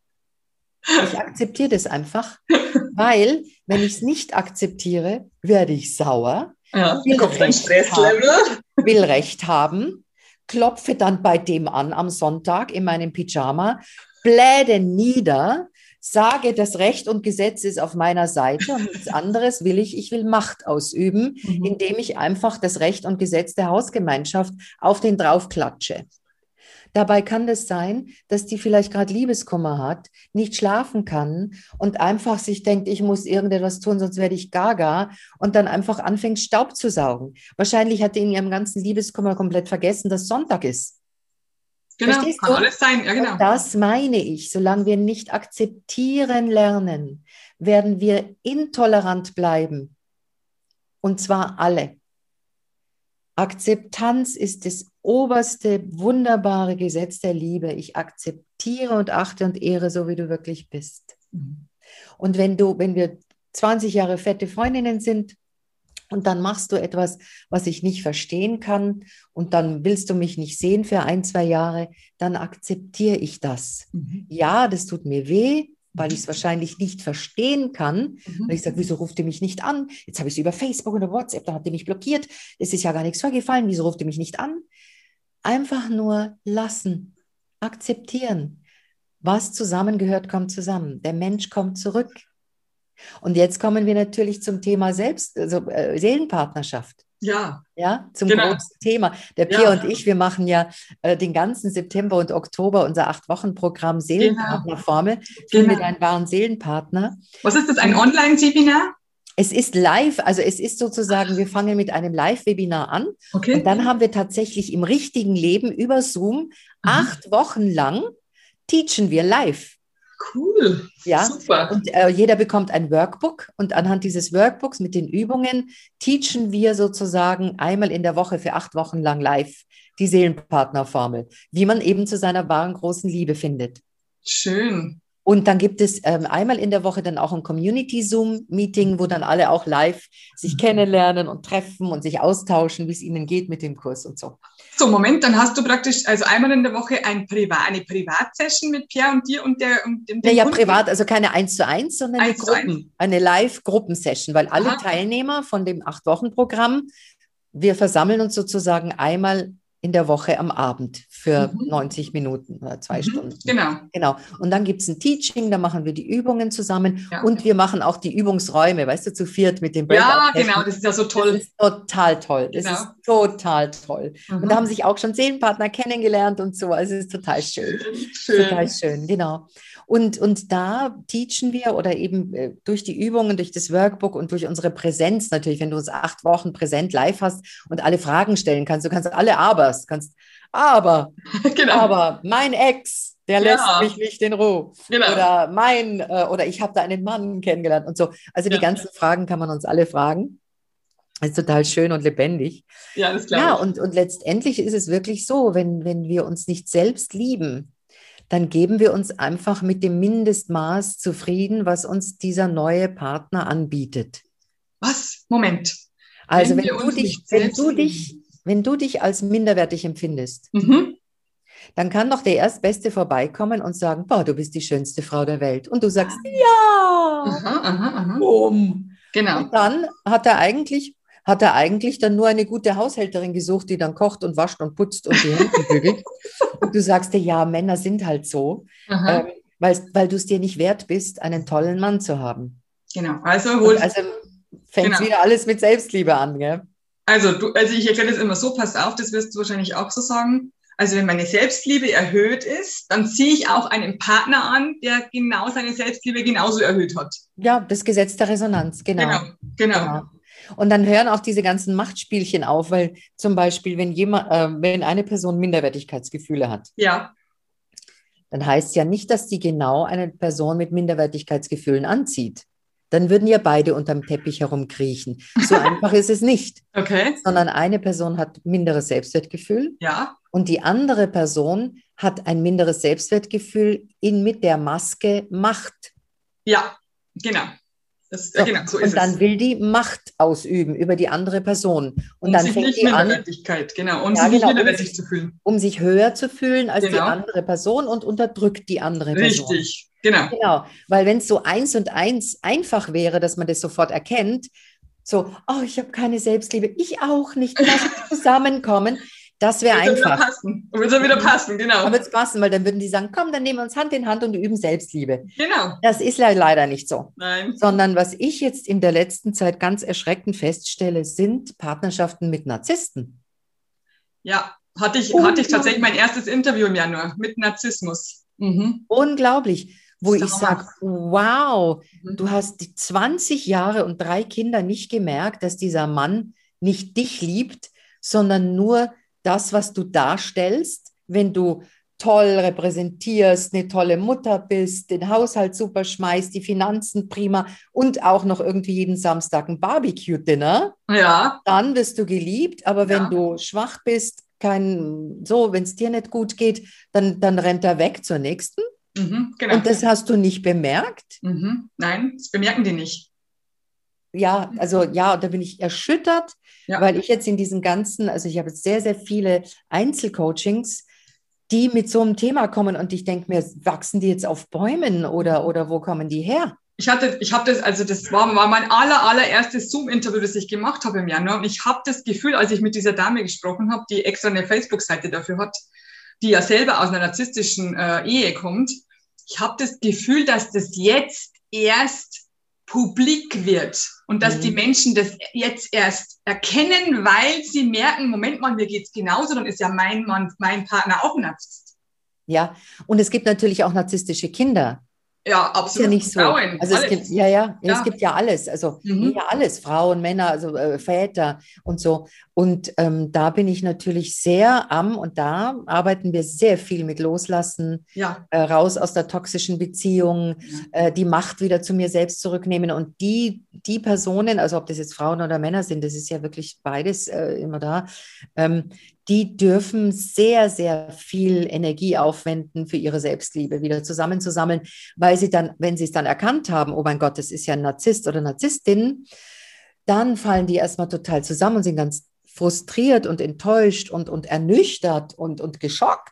[SPEAKER 2] Ich akzeptiere das einfach, weil, wenn ich es nicht akzeptiere, werde ich sauer.
[SPEAKER 1] Ja,
[SPEAKER 2] will,
[SPEAKER 1] kommt
[SPEAKER 2] Recht
[SPEAKER 1] Stresslevel.
[SPEAKER 2] haben, will Recht haben, klopfe dann bei dem an am Sonntag in meinem Pyjama, bläde nieder, sage, das Recht und Gesetz ist auf meiner Seite und nichts anderes will ich, ich will Macht ausüben, mhm. indem ich einfach das Recht und Gesetz der Hausgemeinschaft auf den draufklatsche. Dabei kann es sein, dass die vielleicht gerade Liebeskummer hat, nicht schlafen kann und einfach sich denkt, ich muss irgendetwas tun, sonst werde ich gaga, und dann einfach anfängt, Staub zu saugen. Wahrscheinlich hat die in ihrem ganzen Liebeskummer komplett vergessen, dass Sonntag ist.
[SPEAKER 1] Genau,
[SPEAKER 2] Verstehst
[SPEAKER 1] kann
[SPEAKER 2] du?
[SPEAKER 1] alles sein. Ja, genau.
[SPEAKER 2] Und das meine ich. Solange wir nicht akzeptieren lernen, werden wir intolerant bleiben. Und zwar alle. Akzeptanz ist das oberste, wunderbare Gesetz der Liebe. Ich akzeptiere und achte und ehre, so wie du wirklich bist. Mhm. Und wenn du, wenn wir zwanzig Jahre fette Freundinnen sind und dann machst du etwas, was ich nicht verstehen kann und dann willst du mich nicht sehen für ein, zwei Jahre, dann akzeptiere ich das. Mhm. Ja, das tut mir weh, weil ich es wahrscheinlich nicht verstehen kann. Mhm. Weil ich sage, wieso ruft ihr mich nicht an? Jetzt habe ich es über Facebook oder WhatsApp, da habt ihr mich blockiert. Es ist ja gar nichts vorgefallen, wieso ruft ihr mich nicht an? Einfach nur lassen, akzeptieren. Was zusammengehört, kommt zusammen. Der Mensch kommt zurück. Und jetzt kommen wir natürlich zum Thema Selbst, also äh, Seelenpartnerschaft.
[SPEAKER 1] Ja.
[SPEAKER 2] Ja, zum
[SPEAKER 1] genau.
[SPEAKER 2] großen Thema. Der Pia ja. und ich, wir machen ja äh, den ganzen September und Oktober unser acht-Wochen-Programm Seelenpartnerformel. Finde genau. deinen wahren Seelenpartner.
[SPEAKER 1] Was ist das, ein Online-Seminar?
[SPEAKER 2] Es ist live, also es ist sozusagen, wir fangen mit einem Live-Webinar an.
[SPEAKER 1] Okay.
[SPEAKER 2] Und dann haben wir tatsächlich im richtigen Leben über Zoom mhm. acht Wochen lang teachen wir live.
[SPEAKER 1] Cool,
[SPEAKER 2] ja?
[SPEAKER 1] Super.
[SPEAKER 2] Und äh, jeder bekommt ein Workbook und anhand dieses Workbooks mit den Übungen teachen wir sozusagen einmal in der Woche für acht Wochen lang live die Seelenpartnerformel, wie man eben zu seiner wahren großen Liebe findet.
[SPEAKER 1] Schön.
[SPEAKER 2] Und dann gibt es ähm, einmal in der Woche dann auch ein Community-Zoom-Meeting, wo dann alle auch live sich kennenlernen und treffen und sich austauschen, wie es ihnen geht mit dem Kurs und so.
[SPEAKER 1] So, Moment, dann hast du praktisch also einmal in der Woche ein Priva- eine Privatsession mit Pierre und dir und der und dem, dem
[SPEAKER 2] Naja,
[SPEAKER 1] Kunden?
[SPEAKER 2] privat, also keine eins zu eins, sondern eine, Gruppen, eine Live-Gruppensession, weil alle Aha. Teilnehmer von dem acht-Wochen-Programm, wir versammeln uns sozusagen einmal in der Woche am Abend für
[SPEAKER 1] Mhm.
[SPEAKER 2] neunzig Minuten oder zwei
[SPEAKER 1] Mhm.
[SPEAKER 2] Stunden.
[SPEAKER 1] Genau.
[SPEAKER 2] Genau. Und dann gibt es ein Teaching, da machen wir die Übungen zusammen
[SPEAKER 1] Ja.
[SPEAKER 2] und wir machen auch die Übungsräume, weißt du, zu viert mit dem
[SPEAKER 1] Ja,
[SPEAKER 2] Breakout-Session.
[SPEAKER 1] genau, das ist ja so
[SPEAKER 2] Das
[SPEAKER 1] toll.
[SPEAKER 2] ist total toll. Das
[SPEAKER 1] Genau.
[SPEAKER 2] ist total toll. Und
[SPEAKER 1] Mhm.
[SPEAKER 2] da haben sich auch schon Seelenpartner kennengelernt und so. Also es ist total schön.
[SPEAKER 1] Schön.
[SPEAKER 2] Total schön, genau. Und, und da teachen wir oder eben äh, durch die Übungen, durch das Workbook und durch unsere Präsenz natürlich, wenn du uns acht Wochen präsent live hast und alle Fragen stellen kannst, du kannst alle Abers, kannst aber,
[SPEAKER 1] Genau.
[SPEAKER 2] aber mein Ex, der lässt
[SPEAKER 1] Ja.
[SPEAKER 2] mich nicht in Ruhe.
[SPEAKER 1] Genau.
[SPEAKER 2] Oder mein, äh, oder ich habe da einen Mann kennengelernt und so. Also die
[SPEAKER 1] Ja.
[SPEAKER 2] ganzen Fragen kann man uns alle fragen. Das ist total schön und lebendig.
[SPEAKER 1] Ja, das glaube
[SPEAKER 2] Ja,
[SPEAKER 1] ich.
[SPEAKER 2] und, und letztendlich ist es wirklich so, wenn, wenn wir uns nicht selbst lieben, dann geben wir uns einfach mit dem Mindestmaß zufrieden, was uns dieser neue Partner anbietet.
[SPEAKER 1] Was? Moment.
[SPEAKER 2] Also
[SPEAKER 1] Wenn
[SPEAKER 2] wenn
[SPEAKER 1] wir
[SPEAKER 2] du
[SPEAKER 1] uns
[SPEAKER 2] dich,
[SPEAKER 1] nicht
[SPEAKER 2] wenn
[SPEAKER 1] selbst
[SPEAKER 2] du
[SPEAKER 1] lieben.
[SPEAKER 2] dich, wenn du dich als minderwertig empfindest,
[SPEAKER 1] Mhm.
[SPEAKER 2] dann kann doch der Erstbeste vorbeikommen und sagen, boah, du bist die schönste Frau der Welt. Und du sagst, ja,
[SPEAKER 1] Aha, aha, aha.
[SPEAKER 2] bumm.
[SPEAKER 1] Genau.
[SPEAKER 2] Und dann hat er eigentlich, hat er eigentlich dann nur eine gute Haushälterin gesucht, die dann kocht und wascht und putzt und die Hemden bügelt. Und du sagst dir, ja, Männer sind halt so,
[SPEAKER 1] Aha.
[SPEAKER 2] ähm, weil, weil du es dir nicht wert bist, einen tollen Mann zu haben.
[SPEAKER 1] Genau. Also
[SPEAKER 2] Und
[SPEAKER 1] holst
[SPEAKER 2] also fängt es
[SPEAKER 1] Genau.
[SPEAKER 2] wieder alles mit Selbstliebe an, gell?
[SPEAKER 1] Also, du, also ich erkläre das immer so, pass auf, das wirst du wahrscheinlich auch so sagen. Also wenn meine Selbstliebe erhöht ist, dann ziehe ich auch einen Partner an, der genau seine Selbstliebe genauso erhöht hat.
[SPEAKER 2] Ja, das Gesetz der Resonanz, genau.
[SPEAKER 1] Genau, genau.
[SPEAKER 2] Genau. Und dann hören auch diese ganzen Machtspielchen auf, weil zum Beispiel, wenn jemand, äh, wenn eine Person Minderwertigkeitsgefühle hat,
[SPEAKER 1] Ja,
[SPEAKER 2] dann heißt ja nicht, dass die genau eine Person mit Minderwertigkeitsgefühlen anzieht. Dann würden ja beide unterm Teppich herumkriechen. So einfach ist es nicht,
[SPEAKER 1] okay.
[SPEAKER 2] sondern eine Person hat minderes Selbstwertgefühl
[SPEAKER 1] Ja,
[SPEAKER 2] und die andere Person hat ein minderes Selbstwertgefühl in mit der Maske Macht.
[SPEAKER 1] ja, genau. Das,
[SPEAKER 2] So,
[SPEAKER 1] genau, so ist
[SPEAKER 2] und dann
[SPEAKER 1] es.
[SPEAKER 2] will die Macht ausüben über die andere Person. Und
[SPEAKER 1] Um
[SPEAKER 2] dann
[SPEAKER 1] sich
[SPEAKER 2] fängt
[SPEAKER 1] nicht
[SPEAKER 2] die an,
[SPEAKER 1] Minderwertigkeit, genau, um
[SPEAKER 2] ja,
[SPEAKER 1] sich nicht
[SPEAKER 2] genau, um
[SPEAKER 1] minderwertig
[SPEAKER 2] sich,
[SPEAKER 1] zu fühlen.
[SPEAKER 2] um sich höher zu fühlen als die
[SPEAKER 1] Genau,
[SPEAKER 2] andere Person und unterdrückt die andere Person.
[SPEAKER 1] richtig, genau.
[SPEAKER 2] Genau, weil wenn es so eins und eins einfach wäre, dass man das sofort erkennt, so, oh, ich habe keine Selbstliebe, ich auch nicht, lass uns zusammenkommen, das wäre
[SPEAKER 1] Wird ja wieder
[SPEAKER 2] einfach.
[SPEAKER 1] passen. Wird ja wieder passen, genau.
[SPEAKER 2] Da wird es passen, weil dann würden die sagen, komm, dann nehmen wir uns Hand in Hand und üben Selbstliebe.
[SPEAKER 1] Genau.
[SPEAKER 2] Das ist le- leider nicht so.
[SPEAKER 1] Nein.
[SPEAKER 2] Sondern was ich jetzt in der letzten Zeit ganz erschreckend feststelle, sind Partnerschaften mit Narzissten.
[SPEAKER 1] Ja, hatte ich, hatte ich tatsächlich mein erstes Interview im Januar mit Narzissmus. Mhm.
[SPEAKER 2] Unglaublich, wo
[SPEAKER 1] Das
[SPEAKER 2] ich
[SPEAKER 1] ist der
[SPEAKER 2] sage, wow,
[SPEAKER 1] Mhm.
[SPEAKER 2] du hast die zwanzig Jahre und drei Kinder nicht gemerkt, dass dieser Mann nicht dich liebt, sondern nur das, was du darstellst, wenn du toll repräsentierst, eine tolle Mutter bist, den Haushalt super schmeißt, die Finanzen prima und auch noch irgendwie jeden Samstag ein Barbecue-Dinner,
[SPEAKER 1] Ja,
[SPEAKER 2] dann wirst du geliebt, aber wenn
[SPEAKER 1] Ja.
[SPEAKER 2] du schwach bist, kein, so, wenn es dir nicht gut geht, dann, dann rennt er weg zur nächsten.
[SPEAKER 1] mhm, genau.
[SPEAKER 2] Und das hast du nicht bemerkt?
[SPEAKER 1] Mhm. Nein, das bemerken die nicht.
[SPEAKER 2] Ja, also ja, da bin ich erschüttert,
[SPEAKER 1] Ja.
[SPEAKER 2] weil ich jetzt in diesen ganzen, also ich habe jetzt sehr, sehr viele Einzelcoachings, die mit so einem Thema kommen und ich denke mir, wachsen die jetzt auf Bäumen oder, oder wo kommen die her?
[SPEAKER 1] Ich hatte, ich habe das, also das war, war mein aller, allererstes Zoom-Interview, das ich gemacht habe im Januar. Und ich habe das Gefühl, als ich mit dieser Dame gesprochen habe, die extra eine Facebook-Seite dafür hat, die ja selber aus einer narzisstischen äh, Ehe kommt, ich habe das Gefühl, dass das jetzt erst publik wird und dass
[SPEAKER 2] Mhm.
[SPEAKER 1] die Menschen das jetzt erst erkennen, weil sie merken, Moment mal, mir geht's genauso, dann ist ja mein Mann, mein Partner auch ein Narzisst.
[SPEAKER 2] Ja, und es gibt natürlich auch narzisstische Kinder.
[SPEAKER 1] Ja,
[SPEAKER 2] Ist ja
[SPEAKER 1] absolut.
[SPEAKER 2] nicht so.
[SPEAKER 1] Frauen,
[SPEAKER 2] Also es
[SPEAKER 1] alles.
[SPEAKER 2] gibt, ja, ja,
[SPEAKER 1] Ja.
[SPEAKER 2] es gibt ja alles. Also
[SPEAKER 1] Mhm.
[SPEAKER 2] ja, alles, Frauen, Männer, also äh, Väter und so. Und ähm, da bin ich natürlich sehr am und da arbeiten wir sehr viel mit Loslassen,
[SPEAKER 1] Ja,
[SPEAKER 2] äh, raus aus der toxischen Beziehung, äh, die Macht wieder zu mir selbst zurücknehmen. Und die, die Personen, also ob das jetzt Frauen oder Männer sind, das ist ja wirklich beides äh, immer da, ähm, die dürfen sehr, sehr viel Energie aufwenden für ihre Selbstliebe, wieder zusammenzusammeln, weil sie dann, wenn sie es dann erkannt haben, oh mein Gott, das ist ja ein Narzisst oder Narzisstin, dann fallen die erstmal total zusammen und sind ganz frustriert und enttäuscht und, und ernüchtert und, und geschockt,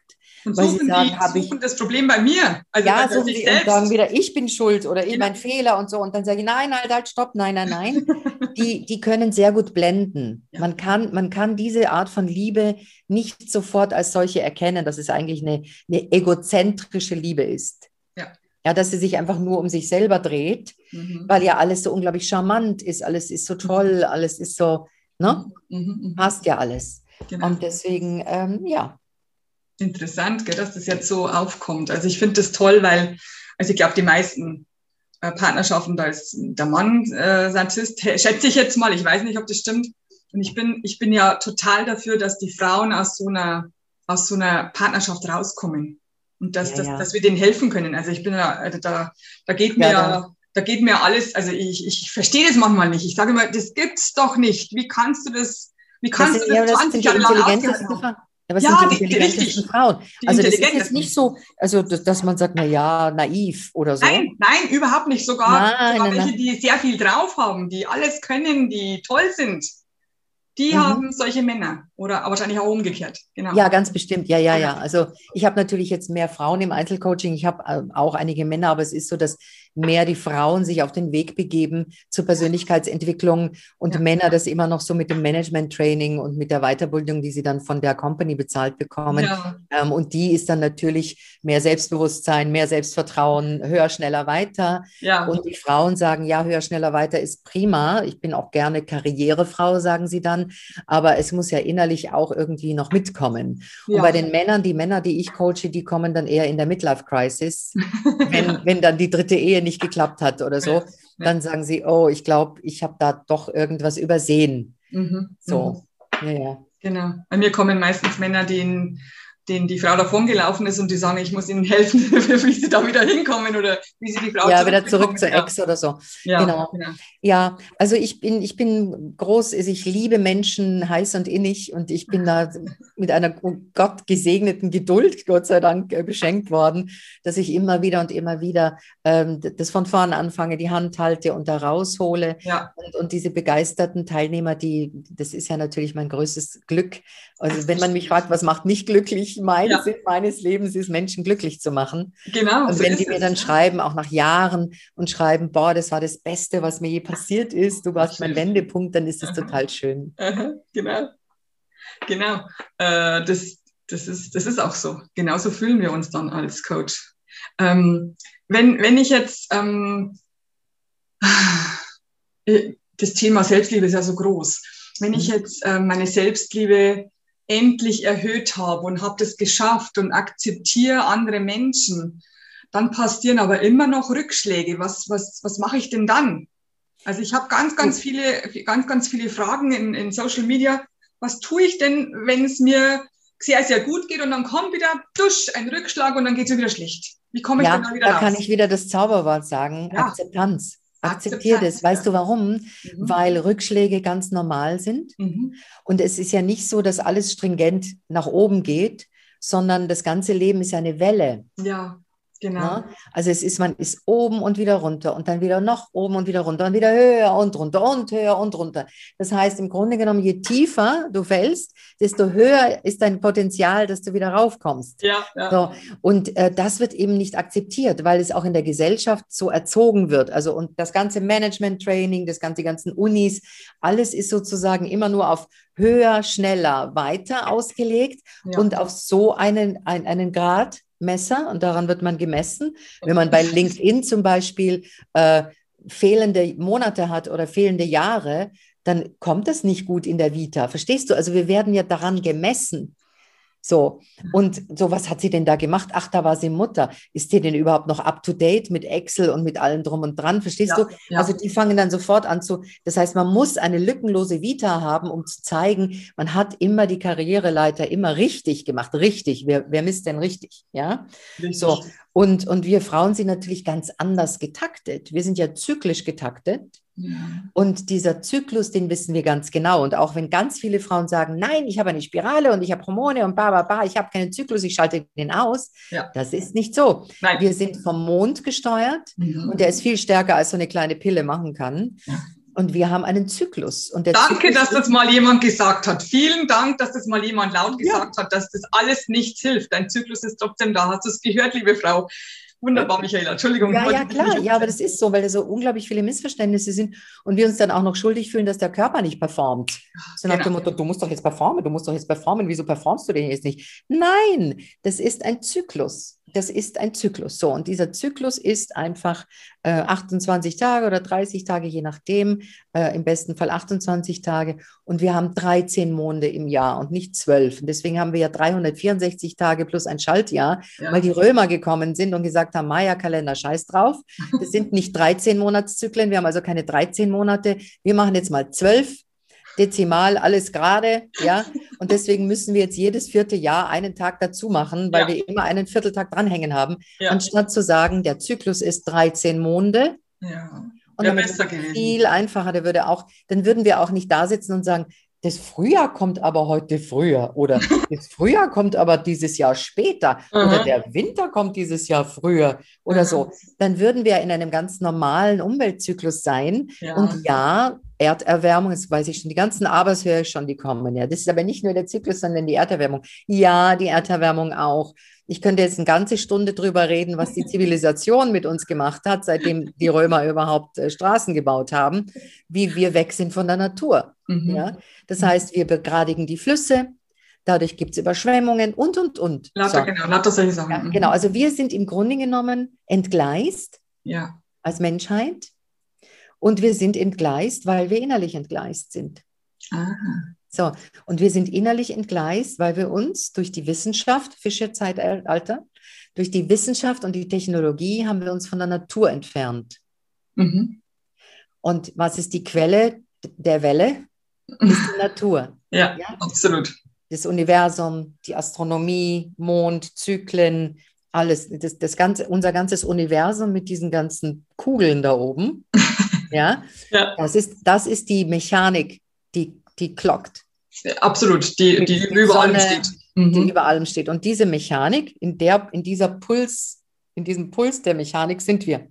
[SPEAKER 1] Und
[SPEAKER 2] weil sie
[SPEAKER 1] suchen,
[SPEAKER 2] sagen,
[SPEAKER 1] die,
[SPEAKER 2] habe ich,
[SPEAKER 1] suchen das Problem bei mir. Also
[SPEAKER 2] ja,
[SPEAKER 1] bei, bei
[SPEAKER 2] suchen
[SPEAKER 1] sich
[SPEAKER 2] sie und
[SPEAKER 1] selbst.
[SPEAKER 2] sagen wieder, ich bin schuld oder ich
[SPEAKER 1] Genau.
[SPEAKER 2] mein Fehler und so. Und dann sage ich, nein, halt, halt, stopp, nein, nein, nein. Die, die können sehr gut blenden.
[SPEAKER 1] Ja.
[SPEAKER 2] Man kann, man kann diese Art von Liebe nicht sofort als solche erkennen, dass es eigentlich eine, eine egozentrische Liebe ist.
[SPEAKER 1] Ja.
[SPEAKER 2] Ja, dass sie sich einfach nur um sich selber dreht,
[SPEAKER 1] Mhm.
[SPEAKER 2] weil ja alles so unglaublich charmant ist, alles ist so toll, alles ist so, ne?
[SPEAKER 1] Mhm. Mhm.
[SPEAKER 2] Passt ja alles.
[SPEAKER 1] Genau.
[SPEAKER 2] Und deswegen, ähm, ja.
[SPEAKER 1] Interessant, gell, dass das jetzt so aufkommt. Also ich finde das toll, weil, also ich glaube, die meisten äh, Partnerschaften, da ist der Mann äh, Narzisst, schätze ich jetzt mal, ich weiß nicht, ob das stimmt. Und ich bin, ich bin ja total dafür, dass die Frauen aus so einer, aus so einer Partnerschaft rauskommen und dass,
[SPEAKER 2] Ja,
[SPEAKER 1] dass,
[SPEAKER 2] ja.
[SPEAKER 1] dass wir denen helfen können. Also ich bin ja, also da, da geht mir
[SPEAKER 2] Ja,
[SPEAKER 1] ja,
[SPEAKER 2] da-
[SPEAKER 1] da geht mir alles, also ich, ich verstehe das manchmal nicht. Ich sage immer, das gibt's doch nicht. Wie kannst du das, wie
[SPEAKER 2] Das
[SPEAKER 1] kannst
[SPEAKER 2] sind,
[SPEAKER 1] du
[SPEAKER 2] ja,
[SPEAKER 1] das
[SPEAKER 2] das
[SPEAKER 1] zwanzig
[SPEAKER 2] sind die
[SPEAKER 1] Jahre lang ausgehalten
[SPEAKER 2] intelligentesten
[SPEAKER 1] haben?
[SPEAKER 2] Frauen. Ja, was sind
[SPEAKER 1] Ja,
[SPEAKER 2] die
[SPEAKER 1] die, die,
[SPEAKER 2] intelligentesten
[SPEAKER 1] richtig.
[SPEAKER 2] Frauen?
[SPEAKER 1] Die
[SPEAKER 2] Also das ist jetzt
[SPEAKER 1] intelligentesten.
[SPEAKER 2] nicht so, also dass, dass man sagt, na ja, naiv oder so.
[SPEAKER 1] Nein, nein, überhaupt nicht. Sogar,
[SPEAKER 2] Nein,
[SPEAKER 1] sogar
[SPEAKER 2] nein,
[SPEAKER 1] welche,
[SPEAKER 2] nein.
[SPEAKER 1] die sehr viel drauf haben, die alles können, die toll sind, die
[SPEAKER 2] Mhm.
[SPEAKER 1] haben solche Männer. Oder aber wahrscheinlich auch umgekehrt. Genau.
[SPEAKER 2] Ja, ganz bestimmt. Ja, ja,
[SPEAKER 1] Genau.
[SPEAKER 2] ja. Also ich habe natürlich jetzt mehr Frauen im Einzelcoaching. Ich habe äh, auch einige Männer, aber es ist so, dass mehr die Frauen sich auf den Weg begeben zur Persönlichkeitsentwicklung und
[SPEAKER 1] Ja.
[SPEAKER 2] Männer das immer noch so mit dem Management-Training und mit der Weiterbildung, die sie dann von der Company bezahlt bekommen.
[SPEAKER 1] Ja.
[SPEAKER 2] Ähm, und die ist dann natürlich mehr Selbstbewusstsein, mehr Selbstvertrauen, höher, schneller, weiter.
[SPEAKER 1] Ja.
[SPEAKER 2] Und die Frauen sagen, ja, höher, schneller, weiter ist prima. Ich bin auch gerne Karrierefrau, sagen sie dann. Aber es muss ja innerlich auch irgendwie noch mitkommen. Und
[SPEAKER 1] Ja.
[SPEAKER 2] bei den Männern, die Männer, die ich coache, die kommen dann eher in der Midlife-Crisis. Wenn,
[SPEAKER 1] Ja.
[SPEAKER 2] wenn dann die dritte Ehe nicht geklappt hat oder so,
[SPEAKER 1] Ja. Ja.
[SPEAKER 2] dann sagen sie, oh, ich glaube, ich habe da doch irgendwas übersehen.
[SPEAKER 1] Mhm.
[SPEAKER 2] So, ja, ja.
[SPEAKER 1] Genau. Bei mir kommen meistens Männer, denen, denen die Frau davon gelaufen ist und die sagen, ich muss ihnen helfen, wie sie da wieder hinkommen oder wie sie die Frau
[SPEAKER 2] Ja, wieder zurück
[SPEAKER 1] zurückbekommen.
[SPEAKER 2] zur
[SPEAKER 1] Ja.
[SPEAKER 2] Ex oder so.
[SPEAKER 1] Ja,
[SPEAKER 2] Genau.
[SPEAKER 1] genau.
[SPEAKER 2] Ja, also ich bin, ich bin groß, also ich liebe Menschen heiß und innig und ich bin da mit einer Gott gesegneten Geduld, Gott sei Dank, äh, beschenkt worden, dass ich immer wieder und immer wieder ähm, das von vorn anfange, die Hand halte und da raushole.
[SPEAKER 1] Ja.
[SPEAKER 2] Und, und diese begeisterten Teilnehmer, die, das ist ja natürlich mein größtes Glück. Also wenn man mich fragt, was macht mich glücklich, mein
[SPEAKER 1] Ja.
[SPEAKER 2] Sinn meines Lebens ist, Menschen glücklich zu machen.
[SPEAKER 1] Genau.
[SPEAKER 2] Und
[SPEAKER 1] So
[SPEAKER 2] wenn
[SPEAKER 1] ist
[SPEAKER 2] die mir
[SPEAKER 1] es.
[SPEAKER 2] dann schreiben, auch nach Jahren und schreiben, boah, das war das Beste, was mir je passiert ist, du warst mein Wendepunkt, dann ist es total schön.
[SPEAKER 1] Aha, genau. Genau. Äh, das, das, ist, das ist auch so. Genauso fühlen wir uns dann als Coach. Ähm, wenn, wenn ich jetzt, ähm, das Thema Selbstliebe ist ja so groß. Wenn ich jetzt äh, meine Selbstliebe endlich erhöht habe und habe das geschafft und akzeptiere andere Menschen, dann passieren aber immer noch Rückschläge. Was, was, was mache ich denn dann? Also ich habe ganz, ganz viele, ganz, ganz viele Fragen in, in Social Media. Was tue ich denn, wenn es mir sehr, sehr gut geht und dann kommt wieder dusch, ein Rückschlag und dann geht es mir wieder schlecht? Wie komme ich
[SPEAKER 2] Ja,
[SPEAKER 1] denn da wieder
[SPEAKER 2] da
[SPEAKER 1] raus?
[SPEAKER 2] kann ich wieder das Zauberwort sagen,
[SPEAKER 1] Ja.
[SPEAKER 2] Akzeptanz. Akzeptiere
[SPEAKER 1] Akzeptanz,
[SPEAKER 2] das. Weißt
[SPEAKER 1] ja.
[SPEAKER 2] du warum?
[SPEAKER 1] Mhm.
[SPEAKER 2] Weil Rückschläge ganz normal sind.
[SPEAKER 1] Mhm.
[SPEAKER 2] Und es ist ja nicht so, dass alles stringent nach oben geht, sondern das ganze Leben ist ja eine Welle.
[SPEAKER 1] Ja, genau.
[SPEAKER 2] Ne? Also es ist, man ist oben und wieder runter und dann wieder noch oben und wieder runter und wieder höher und runter und höher und runter. Das heißt im Grunde genommen, je tiefer du fällst, desto höher ist dein Potenzial, dass du wieder raufkommst.
[SPEAKER 1] Ja, ja.
[SPEAKER 2] So, und äh, das wird eben nicht akzeptiert, weil es auch in der Gesellschaft so erzogen wird. Also und das ganze Management-Training, das ganze, die ganzen Unis, alles ist sozusagen immer nur auf höher, schneller, weiter ausgelegt
[SPEAKER 1] Ja.
[SPEAKER 2] und auf so einen, ein, einen Grad Messer und daran wird man gemessen. Wenn man bei LinkedIn zum Beispiel äh, fehlende Monate hat oder fehlende Jahre, dann kommt das nicht gut in der Vita. Verstehst du? Also wir werden ja daran gemessen. So, und so, was hat sie denn da gemacht? Ach, da war sie Mutter. Ist sie denn überhaupt noch up to date mit Excel und mit allem drum und dran? Verstehst
[SPEAKER 1] Ja,
[SPEAKER 2] du?
[SPEAKER 1] ja.
[SPEAKER 2] Also die fangen dann sofort an zu, das heißt, man muss eine lückenlose Vita haben, um zu zeigen, man hat immer die Karriereleiter immer richtig gemacht. Richtig, wer, wer misst denn richtig? Ja,
[SPEAKER 1] Richtig.
[SPEAKER 2] so. Und, und wir Frauen sind natürlich ganz anders getaktet. Wir sind ja zyklisch getaktet.
[SPEAKER 1] Ja.
[SPEAKER 2] Und dieser Zyklus, den wissen wir ganz genau. Und auch wenn ganz viele Frauen sagen, nein, ich habe eine Spirale und ich habe Hormone und ba, ba, ba, ich habe keinen Zyklus, ich schalte den aus.
[SPEAKER 1] Ja.
[SPEAKER 2] Das ist nicht so.
[SPEAKER 1] Nein.
[SPEAKER 2] Wir sind vom Mond gesteuert
[SPEAKER 1] Mhm.
[SPEAKER 2] und der ist viel stärker, als so eine kleine Pille machen kann.
[SPEAKER 1] Ja.
[SPEAKER 2] Und wir haben einen Zyklus. Und der
[SPEAKER 1] Danke,
[SPEAKER 2] Zyklus
[SPEAKER 1] dass das
[SPEAKER 2] ist,
[SPEAKER 1] mal jemand gesagt hat. Vielen Dank, dass das mal jemand laut
[SPEAKER 2] Ja.
[SPEAKER 1] gesagt hat, dass das alles nichts hilft. Dein Zyklus ist trotzdem da. Hast du es gehört, liebe Frau? Wunderbar, Michaela. Entschuldigung.
[SPEAKER 2] Ja,
[SPEAKER 1] wollte
[SPEAKER 2] ja,
[SPEAKER 1] dich
[SPEAKER 2] klar.
[SPEAKER 1] nicht
[SPEAKER 2] Ja, aber das ist so, weil da so unglaublich viele Missverständnisse sind und wir uns dann auch noch schuldig fühlen, dass der Körper nicht performt. So nach
[SPEAKER 1] Genau.
[SPEAKER 2] dem Motto, du musst doch jetzt performen, du musst doch jetzt performen, wieso performst du denn jetzt nicht? Nein, das ist ein Zyklus. Das ist ein Zyklus. So, und dieser Zyklus ist einfach äh, achtundzwanzig Tage oder dreißig Tage, je nachdem, äh, im besten Fall achtundzwanzig Tage. Und wir haben dreizehn Monate im Jahr und nicht zwölf. Und deswegen haben wir ja dreihundertvierundsechzig Tage plus ein Schaltjahr,
[SPEAKER 1] Ja.
[SPEAKER 2] weil die Römer gekommen sind und gesagt haben, Maya-Kalender, scheiß drauf. Das sind nicht dreizehn Monatszyklen, wir haben also keine dreizehn Monate. Wir machen jetzt mal zwölf. Dezimal, alles gerade, ja. Und deswegen müssen wir jetzt jedes vierte Jahr einen Tag dazu machen, weil
[SPEAKER 1] Ja.
[SPEAKER 2] wir immer einen Vierteltag dranhängen haben,
[SPEAKER 1] Ja.
[SPEAKER 2] anstatt zu sagen, der Zyklus ist dreizehn Monate.
[SPEAKER 1] Ja.
[SPEAKER 2] Und
[SPEAKER 1] Wäre
[SPEAKER 2] damit
[SPEAKER 1] besser
[SPEAKER 2] wäre es
[SPEAKER 1] gewesen.
[SPEAKER 2] viel einfacher. Der würde auch, dann würden wir auch nicht da sitzen und sagen, das Frühjahr kommt aber heute früher oder das Frühjahr kommt aber dieses Jahr später oder
[SPEAKER 1] Aha.
[SPEAKER 2] der Winter kommt dieses Jahr früher oder
[SPEAKER 1] Aha.
[SPEAKER 2] so. Dann würden wir in einem ganz normalen Umweltzyklus sein.
[SPEAKER 1] Ja.
[SPEAKER 2] Und ja, Erderwärmung, das weiß ich schon, die ganzen Abers höre ich schon, die kommen. Ja, das ist aber nicht nur der Zyklus, sondern die Erderwärmung. Ja, die Erderwärmung auch. Ich könnte jetzt eine ganze Stunde drüber reden, was die Zivilisation mit uns gemacht hat, seitdem die Römer überhaupt äh, Straßen gebaut haben, wie wir weg sind von der Natur.
[SPEAKER 1] Mhm.
[SPEAKER 2] Ja? Das heißt, wir begradigen die Flüsse, dadurch gibt es Überschwemmungen und, und, und.
[SPEAKER 1] Lauter,
[SPEAKER 2] So.
[SPEAKER 1] genau, lauter solche Sachen.
[SPEAKER 2] Ja,
[SPEAKER 1] Mhm.
[SPEAKER 2] genau, also wir sind im Grunde genommen entgleist
[SPEAKER 1] Ja.
[SPEAKER 2] als Menschheit und wir sind entgleist, weil wir innerlich entgleist sind.
[SPEAKER 1] Aha.
[SPEAKER 2] So, und wir sind innerlich entgleist, weil wir uns durch die Wissenschaft, Fischer-Zeitalter, durch die Wissenschaft und die Technologie haben wir uns von der Natur entfernt.
[SPEAKER 1] Mhm.
[SPEAKER 2] Und was ist die Quelle der Welle? Ist die Natur.
[SPEAKER 1] Ja,
[SPEAKER 2] Ja?
[SPEAKER 1] absolut.
[SPEAKER 2] Das Universum, die Astronomie, Mond, Zyklen, alles, das, das ganze, unser ganzes Universum mit diesen ganzen Kugeln da oben, ja,
[SPEAKER 1] Ja,
[SPEAKER 2] das ist, das ist die Mechanik, die, die clockt.
[SPEAKER 1] absolut. Die, die,
[SPEAKER 2] Die
[SPEAKER 1] über allem
[SPEAKER 2] Sonne,
[SPEAKER 1] steht.
[SPEAKER 2] die
[SPEAKER 1] Mhm.
[SPEAKER 2] über allem steht. Und diese Mechanik, in der, in dieser Puls, in diesem Puls der Mechanik sind wir.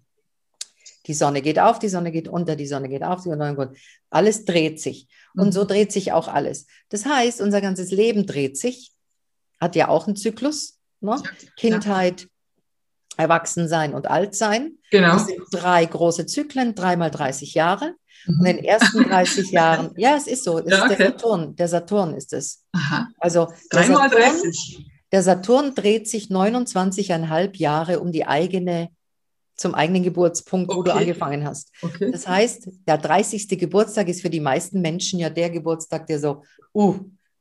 [SPEAKER 2] Die Sonne geht auf, die Sonne geht unter, die Sonne geht auf, die Sonne geht unter. Alles dreht sich. Und so dreht sich auch alles. Das heißt, unser ganzes Leben dreht sich, hat ja auch einen Zyklus. Ne?
[SPEAKER 1] Ja,
[SPEAKER 2] Kindheit, Erwachsensein und Altsein.
[SPEAKER 1] genau.
[SPEAKER 2] Das sind drei große Zyklen, dreimal dreißig Jahre.
[SPEAKER 1] Mhm.
[SPEAKER 2] Und in den ersten dreißig Jahren, ja, es ist so, es
[SPEAKER 1] Ja,
[SPEAKER 2] ist der
[SPEAKER 1] okay.
[SPEAKER 2] Saturn, der Saturn ist es.
[SPEAKER 1] Aha.
[SPEAKER 2] Also der
[SPEAKER 1] Dreimal
[SPEAKER 2] Saturn,
[SPEAKER 1] dreißig.
[SPEAKER 2] der Saturn dreht sich neunundzwanzig Komma fünf Jahre um die eigene, zum eigenen Geburtspunkt, wo du
[SPEAKER 1] Okay.
[SPEAKER 2] angefangen hast.
[SPEAKER 1] Okay.
[SPEAKER 2] Das heißt, der dreißigste Geburtstag ist für die meisten Menschen ja der Geburtstag, der so, uh,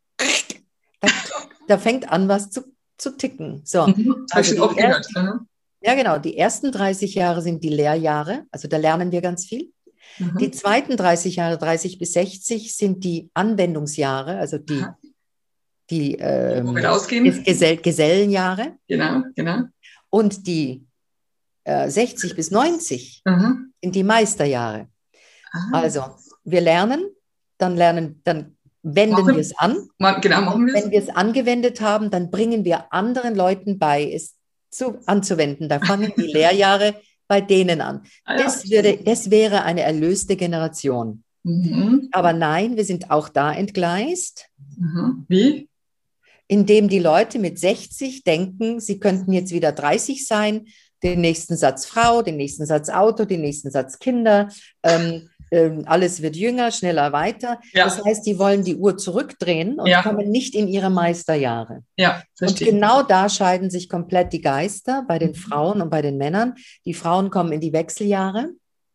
[SPEAKER 2] da, da fängt an, was zu, zu ticken. So,
[SPEAKER 1] Mhm. Habe ich
[SPEAKER 2] also
[SPEAKER 1] schon oft
[SPEAKER 2] die
[SPEAKER 1] gehört.
[SPEAKER 2] ersten,
[SPEAKER 1] Aha.
[SPEAKER 2] ja genau, die ersten dreißig Jahre sind die Lehrjahre, also da lernen wir ganz viel.
[SPEAKER 1] Mhm.
[SPEAKER 2] Die zweiten dreißig Jahre, dreißig bis sechzig, sind die Anwendungsjahre, also die,
[SPEAKER 1] Aha.
[SPEAKER 2] die
[SPEAKER 1] Wo wir
[SPEAKER 2] ähm,
[SPEAKER 1] rausgehen.
[SPEAKER 2] Gesell Gesellenjahre.
[SPEAKER 1] Genau, genau.
[SPEAKER 2] Und die äh, sechzig bis neunzig
[SPEAKER 1] Mhm.
[SPEAKER 2] sind die Meisterjahre.
[SPEAKER 1] Aha.
[SPEAKER 2] Also wir lernen, dann lernen, dann wenden
[SPEAKER 1] Machen-
[SPEAKER 2] wir es an.
[SPEAKER 1] Mal, genau, machen wir
[SPEAKER 2] Wenn
[SPEAKER 1] es.
[SPEAKER 2] wir es angewendet haben, dann bringen wir anderen Leuten bei, es zu, anzuwenden. Da fangen die Lehrjahre bei denen an.
[SPEAKER 1] Ah, ja.
[SPEAKER 2] Das, würde, das wäre eine erlöste Generation.
[SPEAKER 1] Mhm.
[SPEAKER 2] Aber nein, wir sind auch da entgleist,
[SPEAKER 1] Mhm. Wie?
[SPEAKER 2] indem die Leute mit sechzig denken, sie könnten jetzt wieder dreißig sein, den nächsten Satz Frau, den nächsten Satz Auto, den nächsten Satz Kinder, ähm, ähm, alles wird jünger, schneller, weiter.
[SPEAKER 1] Ja.
[SPEAKER 2] Das heißt, die wollen die Uhr zurückdrehen und
[SPEAKER 1] Ja.
[SPEAKER 2] kommen nicht in ihre Meisterjahre.
[SPEAKER 1] Ja,
[SPEAKER 2] Und
[SPEAKER 1] verstehe.
[SPEAKER 2] genau da scheiden sich komplett die Geister bei den
[SPEAKER 1] Mhm.
[SPEAKER 2] Frauen und bei den Männern. Die Frauen kommen in die Wechseljahre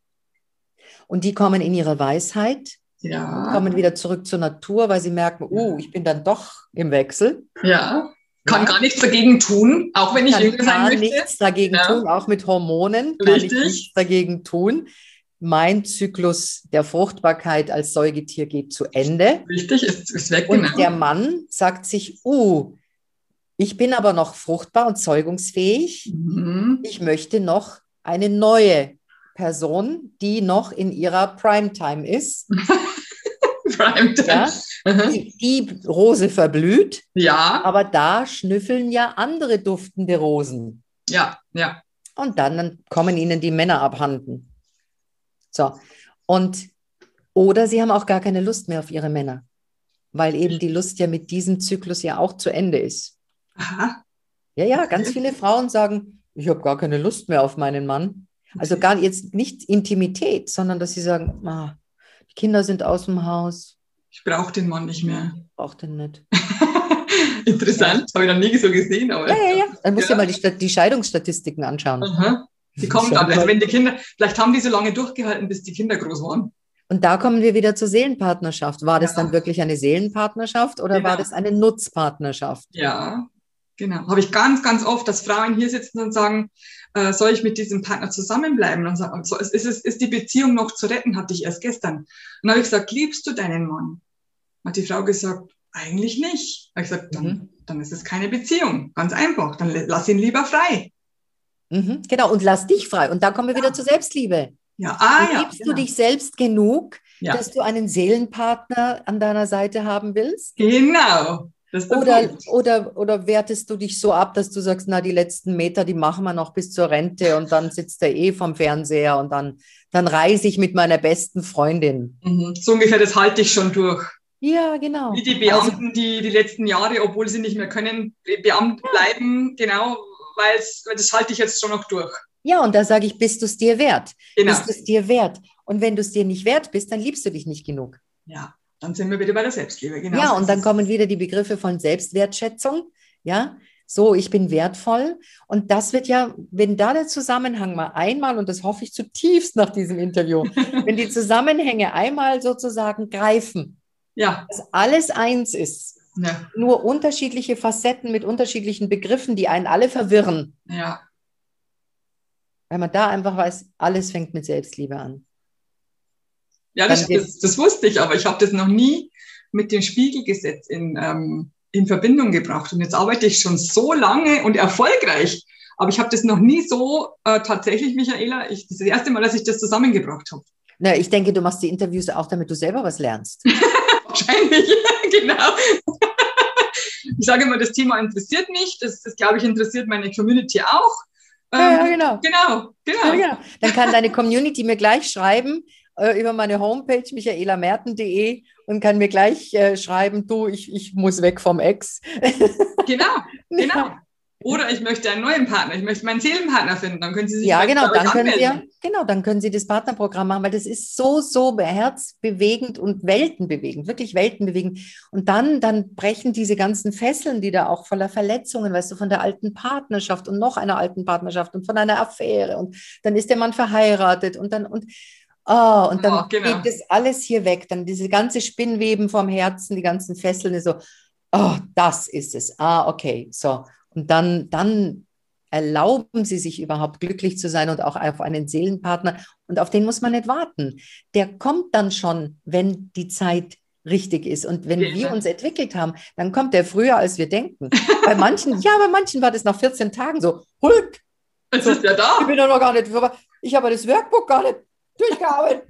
[SPEAKER 2] und die kommen in ihre Weisheit,
[SPEAKER 1] Ja.
[SPEAKER 2] kommen wieder zurück zur Natur, weil sie merken, uh, ich bin dann doch im Wechsel.
[SPEAKER 1] Ja. Kann
[SPEAKER 2] Ja.
[SPEAKER 1] gar nichts dagegen tun, auch wenn ich
[SPEAKER 2] Kann
[SPEAKER 1] jünger sein
[SPEAKER 2] gar
[SPEAKER 1] möchte.
[SPEAKER 2] nichts dagegen
[SPEAKER 1] Ja.
[SPEAKER 2] tun, auch mit Hormonen kann
[SPEAKER 1] Richtig.
[SPEAKER 2] ich nichts dagegen tun. Mein Zyklus der Fruchtbarkeit als Säugetier geht zu Ende.
[SPEAKER 1] Richtig, ist, ist weg,
[SPEAKER 2] Und
[SPEAKER 1] genau.
[SPEAKER 2] der Mann sagt sich, uh, ich bin aber noch fruchtbar und zeugungsfähig.
[SPEAKER 1] Mhm.
[SPEAKER 2] Ich möchte noch eine neue Person, die noch in ihrer Primetime ist.
[SPEAKER 1] Primetime.
[SPEAKER 2] Ja?
[SPEAKER 1] Mhm.
[SPEAKER 2] Die, die Rose verblüht,
[SPEAKER 1] Ja,
[SPEAKER 2] aber da schnüffeln ja andere duftende Rosen.
[SPEAKER 1] ja, ja.
[SPEAKER 2] Und dann kommen ihnen die Männer abhanden. So, und Oder sie haben auch gar keine Lust mehr auf ihre Männer, weil eben die Lust ja mit diesem Zyklus ja auch zu Ende ist.
[SPEAKER 1] Aha.
[SPEAKER 2] Ja, ja,
[SPEAKER 1] Okay.
[SPEAKER 2] ganz viele Frauen sagen, ich habe gar keine Lust mehr auf meinen Mann. Also
[SPEAKER 1] Okay.
[SPEAKER 2] gar jetzt nicht Intimität, sondern dass sie sagen, ah, die Kinder sind aus dem Haus.
[SPEAKER 1] Ich brauche den Mann nicht mehr.
[SPEAKER 2] Ich brauche den nicht.
[SPEAKER 1] Interessant, habe ich noch nie so gesehen. Aber
[SPEAKER 2] Ja, ja, ja. Dann musst du
[SPEAKER 1] ja.
[SPEAKER 2] dir mal die, Stat- die Scheidungsstatistiken anschauen.
[SPEAKER 1] Aha. Die kommen dann, also wenn die Kinder, vielleicht haben die so lange durchgehalten, bis die Kinder groß waren.
[SPEAKER 2] Und da kommen wir wieder zur Seelenpartnerschaft. War das
[SPEAKER 1] Ja.
[SPEAKER 2] dann wirklich eine Seelenpartnerschaft oder
[SPEAKER 1] Genau.
[SPEAKER 2] war das eine Nutzpartnerschaft?
[SPEAKER 1] Ja, genau. Habe ich ganz, ganz oft, dass Frauen hier sitzen und sagen, äh, soll ich mit diesem Partner zusammenbleiben? Und sagen, so, ist, ist, ist die Beziehung noch zu retten, hatte ich erst gestern. Und dann habe ich gesagt, liebst du deinen Mann? Hat die Frau gesagt, eigentlich nicht. Habe ich gesagt, dann,
[SPEAKER 2] Mhm.
[SPEAKER 1] dann ist es keine Beziehung. Ganz einfach. Dann lass ihn lieber frei.
[SPEAKER 2] Mhm, genau, und lass dich frei. Und da kommen wir
[SPEAKER 1] Ja.
[SPEAKER 2] wieder zur Selbstliebe.
[SPEAKER 1] Ja, ah ja.
[SPEAKER 2] Liebst
[SPEAKER 1] Genau.
[SPEAKER 2] du dich selbst genug,
[SPEAKER 1] Ja.
[SPEAKER 2] dass du einen Seelenpartner an deiner Seite haben willst?
[SPEAKER 1] Genau. Das ist der
[SPEAKER 2] Oder,
[SPEAKER 1] Punkt.
[SPEAKER 2] oder, oder wertest du dich so ab, dass du sagst, na, die letzten Meter, die machen wir noch bis zur Rente und dann sitzt er eh vom Fernseher und dann, dann reise ich mit meiner besten Freundin.
[SPEAKER 1] Mhm. So ungefähr, das halte ich schon durch.
[SPEAKER 2] Ja, genau.
[SPEAKER 1] Wie die Beamten,
[SPEAKER 2] Also,
[SPEAKER 1] die die letzten Jahre, obwohl sie nicht mehr können, Beamt bleiben, genau, weil's, weil das halte ich jetzt schon noch durch.
[SPEAKER 2] ja, und da sage ich, bist du es dir wert?
[SPEAKER 1] Genau.
[SPEAKER 2] Bist du es dir wert? Und wenn du es dir nicht wert bist, dann liebst du dich nicht genug.
[SPEAKER 1] Ja, dann sind wir wieder bei der Selbstliebe. Genau
[SPEAKER 2] Ja,
[SPEAKER 1] so
[SPEAKER 2] und
[SPEAKER 1] ist
[SPEAKER 2] dann
[SPEAKER 1] es.
[SPEAKER 2] kommen wieder die Begriffe von Selbstwertschätzung. Ja, so, ich bin wertvoll. Und das wird ja, wenn da der Zusammenhang mal einmal, und das hoffe ich zutiefst nach diesem Interview, wenn die Zusammenhänge einmal sozusagen greifen,
[SPEAKER 1] Ja,
[SPEAKER 2] dass alles eins ist,
[SPEAKER 1] ja,
[SPEAKER 2] nur unterschiedliche Facetten mit unterschiedlichen Begriffen, die einen alle verwirren,
[SPEAKER 1] ja.
[SPEAKER 2] weil man da einfach weiß, alles fängt mit Selbstliebe an.
[SPEAKER 1] Ja, das,
[SPEAKER 2] Dann wird-
[SPEAKER 1] das, das wusste ich, aber ich habe das noch nie mit dem Spiegelgesetz in, ähm, in Verbindung gebracht. Und jetzt arbeite ich schon so lange und erfolgreich, aber ich habe das noch nie so äh, tatsächlich, Michaela, ich, das ist das erste Mal, dass ich das zusammengebracht habe.
[SPEAKER 2] Na, ich denke, du machst die Interviews auch, damit du selber was lernst.
[SPEAKER 1] Wahrscheinlich, genau. Ich sage immer, das Thema interessiert mich, das, das glaube ich, interessiert meine Community auch.
[SPEAKER 2] Ja, ja,
[SPEAKER 1] Ähm,
[SPEAKER 2] genau.
[SPEAKER 1] Genau, genau.
[SPEAKER 2] Ja, genau. Dann kann deine Community mir gleich schreiben äh, über meine Homepage michaela merten punkt de und kann mir gleich äh, schreiben, du, ich, ich muss weg vom Ex.
[SPEAKER 1] Genau, genau. Oder ich möchte einen neuen Partner, ich möchte meinen Seelenpartner finden, dann können Sie sich
[SPEAKER 2] Ja,
[SPEAKER 1] vielleicht
[SPEAKER 2] genau,
[SPEAKER 1] bei euch
[SPEAKER 2] dann können
[SPEAKER 1] anmelden.
[SPEAKER 2] wir, genau, dann können Sie das Partnerprogramm machen, weil das ist so, so herzbewegend und weltenbewegend, wirklich weltenbewegend. Und dann, dann brechen diese ganzen Fesseln, die da auch voller Verletzungen, weißt du, von der alten Partnerschaft und noch einer alten Partnerschaft und von einer Affäre und dann ist der Mann verheiratet und dann, und oh, und dann
[SPEAKER 1] Ja, genau.
[SPEAKER 2] geht das alles hier weg, dann diese ganze Spinnweben vom Herzen, die ganzen Fesseln, so, oh, das ist es. Ah, okay, so. Und dann, dann erlauben sie sich überhaupt glücklich zu sein und auch auf einen Seelenpartner. Und auf den muss man nicht warten. Der kommt dann schon, wenn die Zeit richtig ist. Und wenn
[SPEAKER 1] Genau.
[SPEAKER 2] wir uns entwickelt haben, dann kommt der früher, als wir denken. Bei manchen, ja, bei manchen war das nach vierzehn Tagen so, Hulk,
[SPEAKER 1] Jetzt
[SPEAKER 2] so,
[SPEAKER 1] ist er
[SPEAKER 2] ich
[SPEAKER 1] da.
[SPEAKER 2] bin ja noch gar nicht, ich habe das Workbook gar nicht durchgearbeitet.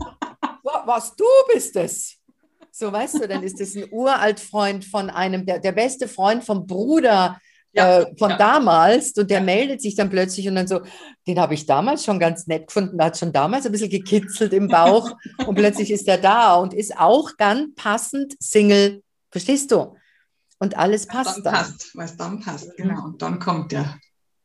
[SPEAKER 2] Was, du bist es? So, weißt du, dann ist das ein Uraltfreund von einem, der, der beste Freund vom Bruder,
[SPEAKER 1] Ja,
[SPEAKER 2] äh, von
[SPEAKER 1] ja.
[SPEAKER 2] damals, und der
[SPEAKER 1] Ja.
[SPEAKER 2] meldet sich dann plötzlich und dann so, den habe ich damals schon ganz nett gefunden, der hat schon damals ein bisschen gekitzelt im Bauch und plötzlich ist er da und ist auch dann passend Single, verstehst du? Und alles passt
[SPEAKER 1] Dann
[SPEAKER 2] dann.
[SPEAKER 1] passt, weil es dann passt, genau. Und dann kommt der.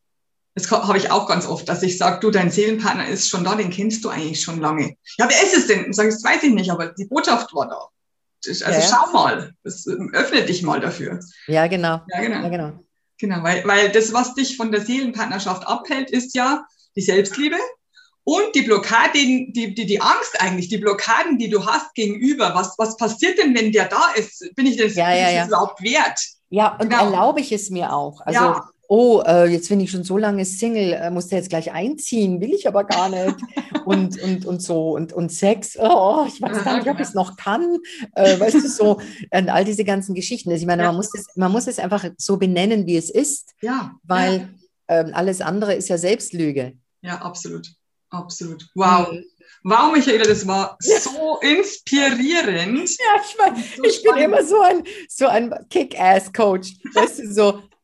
[SPEAKER 1] Das habe ich auch ganz oft, dass ich sage, du, dein Seelenpartner ist schon da, den kennst du eigentlich schon lange. Ja, wer ist es denn? Sag ich, das weiß ich nicht, aber die Botschaft war da. Das, also
[SPEAKER 2] Ja, ja.
[SPEAKER 1] schau mal, das, ähm, öffne dich mal dafür.
[SPEAKER 2] Ja, genau.
[SPEAKER 1] Ja, genau.
[SPEAKER 2] Ja, genau.
[SPEAKER 1] Genau, weil, weil das, was dich von der Seelenpartnerschaft abhält, ist ja die Selbstliebe und die Blockade, die, die, die Angst eigentlich, die Blockaden, die du hast gegenüber. Was, was passiert denn, wenn der da ist? Bin ich das,
[SPEAKER 2] Ja,
[SPEAKER 1] bin
[SPEAKER 2] ja,
[SPEAKER 1] ich
[SPEAKER 2] ja.
[SPEAKER 1] das überhaupt wert?
[SPEAKER 2] Ja, und
[SPEAKER 1] Genau.
[SPEAKER 2] erlaube ich es mir auch. Also,
[SPEAKER 1] Ja.
[SPEAKER 2] oh, äh, jetzt bin ich schon so lange Single, äh, muss der jetzt gleich einziehen, will ich aber gar nicht. Und, und, und so, und, und Sex, oh, ich weiß gar nicht, ob ich es noch kann. Äh, weißt du, so, und all diese ganzen Geschichten. Also ich meine,
[SPEAKER 1] Ja.
[SPEAKER 2] man muss es, man muss es einfach so benennen, wie es ist,
[SPEAKER 1] Ja,
[SPEAKER 2] weil ähm, alles andere ist ja Selbstlüge.
[SPEAKER 1] ja, absolut. Absolut. Wow.
[SPEAKER 2] Mhm.
[SPEAKER 1] Wow, Michaela, das war so inspirierend.
[SPEAKER 2] Ja, ich meine,
[SPEAKER 1] So
[SPEAKER 2] ich bin
[SPEAKER 1] spannend.
[SPEAKER 2] immer so ein, so ein Kick-Ass-Coach. Weißt du, so,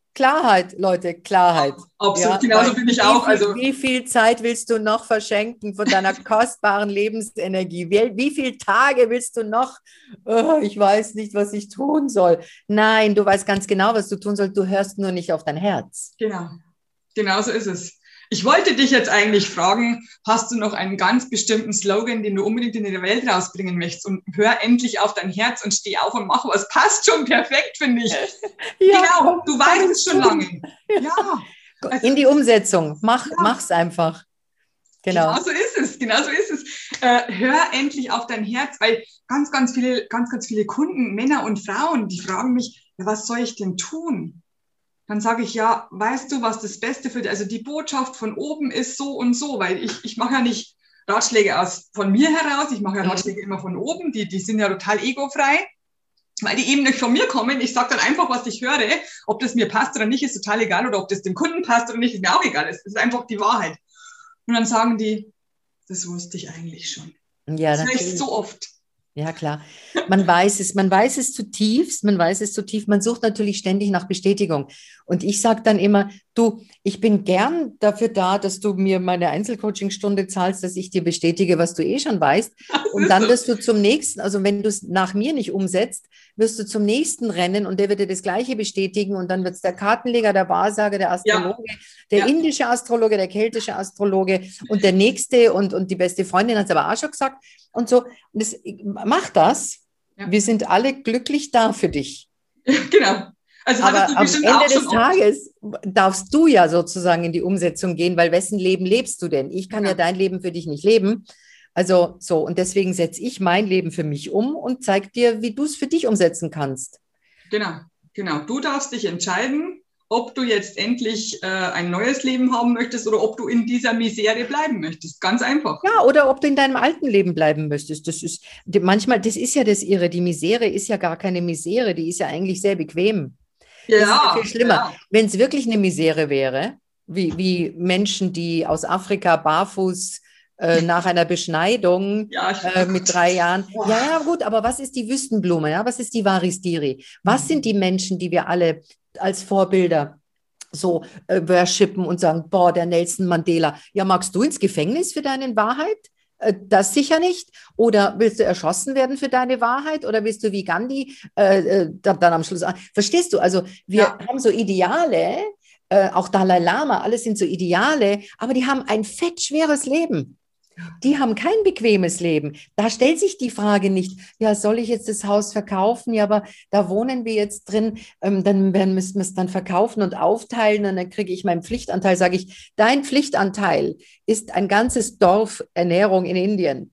[SPEAKER 2] Klarheit, Leute, Klarheit.
[SPEAKER 1] Absolut,
[SPEAKER 2] ja,
[SPEAKER 1] genauso bin ich auch.
[SPEAKER 2] Wie viel,
[SPEAKER 1] also
[SPEAKER 2] wie viel Zeit willst du noch verschenken von deiner kostbaren Lebensenergie? Wie, wie viele Tage willst du noch? Oh, ich weiß nicht, was ich tun soll. Nein, du weißt ganz genau, was du tun sollst. Du hörst nur nicht auf dein Herz.
[SPEAKER 1] Genau, genau so ist es. Ich wollte dich jetzt eigentlich fragen, hast du noch einen ganz bestimmten Slogan, den du unbedingt in die Welt rausbringen möchtest? Und hör endlich auf dein Herz und steh auf und mach was. Passt schon perfekt, finde ich. Ja, genau, du weißt es schon lange. Ja.
[SPEAKER 2] Also, in die Umsetzung. Mach, ja. Mach's einfach. Genau.
[SPEAKER 1] Genau so ist es, genau so ist es. Äh, hör endlich auf dein Herz, weil ganz, ganz viele, ganz, ganz viele Kunden, Männer und Frauen, die fragen mich, ja, was soll ich denn tun? Dann sage ich, ja, weißt du, was das Beste für dich, also die Botschaft von oben ist so und so, weil ich, ich mache ja nicht Ratschläge aus von mir heraus, ich mache ja Ratschläge immer von oben, die, die sind ja total egofrei, weil die eben nicht von mir kommen. Ich sage dann einfach, was ich höre, ob das mir passt oder nicht, ist total egal, oder ob das dem Kunden passt oder nicht, ist mir auch egal, es ist einfach die Wahrheit. Und dann sagen die, das wusste ich eigentlich schon.
[SPEAKER 2] Ja,
[SPEAKER 1] das höre ich so oft.
[SPEAKER 2] Ja, klar. Man weiß es, man weiß es zutiefst, man weiß es zutiefst, man sucht natürlich ständig nach Bestätigung. Und ich sage dann immer, du, ich bin gern dafür da, dass du mir meine Einzelcoaching-Stunde zahlst, dass ich dir bestätige, was du eh schon weißt. Und dann wirst du zum nächsten, also wenn du es nach mir nicht umsetzt, wirst du zum nächsten rennen und der wird dir das Gleiche bestätigen und dann wird es der Kartenleger, der Wahrsager, der Astrologe, ja. der ja. indische Astrologe, der keltische Astrologe und der nächste und, und die beste Freundin hat es aber auch schon gesagt und so. Und das, mach das. Ja. Wir sind alle glücklich da für dich.
[SPEAKER 1] Genau. Also
[SPEAKER 2] aber am Ende des Tages darfst du ja sozusagen in die Umsetzung gehen, weil wessen Leben lebst du denn? Ich kann ja, ja dein Leben für dich nicht leben. Also so, und deswegen setze ich mein Leben für mich um und zeige dir, wie du es für dich umsetzen kannst.
[SPEAKER 1] Genau, genau. Du darfst dich entscheiden, ob du jetzt endlich äh, ein neues Leben haben möchtest oder ob du in dieser Misere bleiben möchtest. Ganz einfach.
[SPEAKER 2] Ja, oder ob du in deinem alten Leben bleiben möchtest. Das ist manchmal, das ist ja das Irre. Die Misere ist ja gar keine Misere, die ist ja eigentlich sehr bequem. Ja, das ist ja viel schlimmer. Ja. Wenn es wirklich eine Misere wäre, wie, wie Menschen, die aus Afrika barfuß äh, nach einer Beschneidung ja, äh, mit drei Jahren. Ja, ja, gut, aber was ist die Wüstenblume? Ja? Was ist die Varistiri? Was sind die Menschen, die wir alle als Vorbilder so äh, worshipen und sagen, boah, der Nelson Mandela. Ja, magst du ins Gefängnis für deine Wahrheit? Das sicher nicht. Oder willst du erschossen werden für deine Wahrheit? Oder willst du wie Gandhi äh, dann, dann am Schluss? Verstehst du? Also wir ja. haben so Ideale, äh, auch Dalai Lama, alles sind so Ideale, aber die haben ein fettschweres Leben. Die haben kein bequemes Leben. Da stellt sich die Frage nicht, ja, soll ich jetzt das Haus verkaufen? Ja, aber da wohnen wir jetzt drin, ähm, dann werden, müssen wir es dann verkaufen und aufteilen und dann kriege ich meinen Pflichtanteil. Sage ich, dein Pflichtanteil ist ein ganzes Dorf Ernährung in Indien.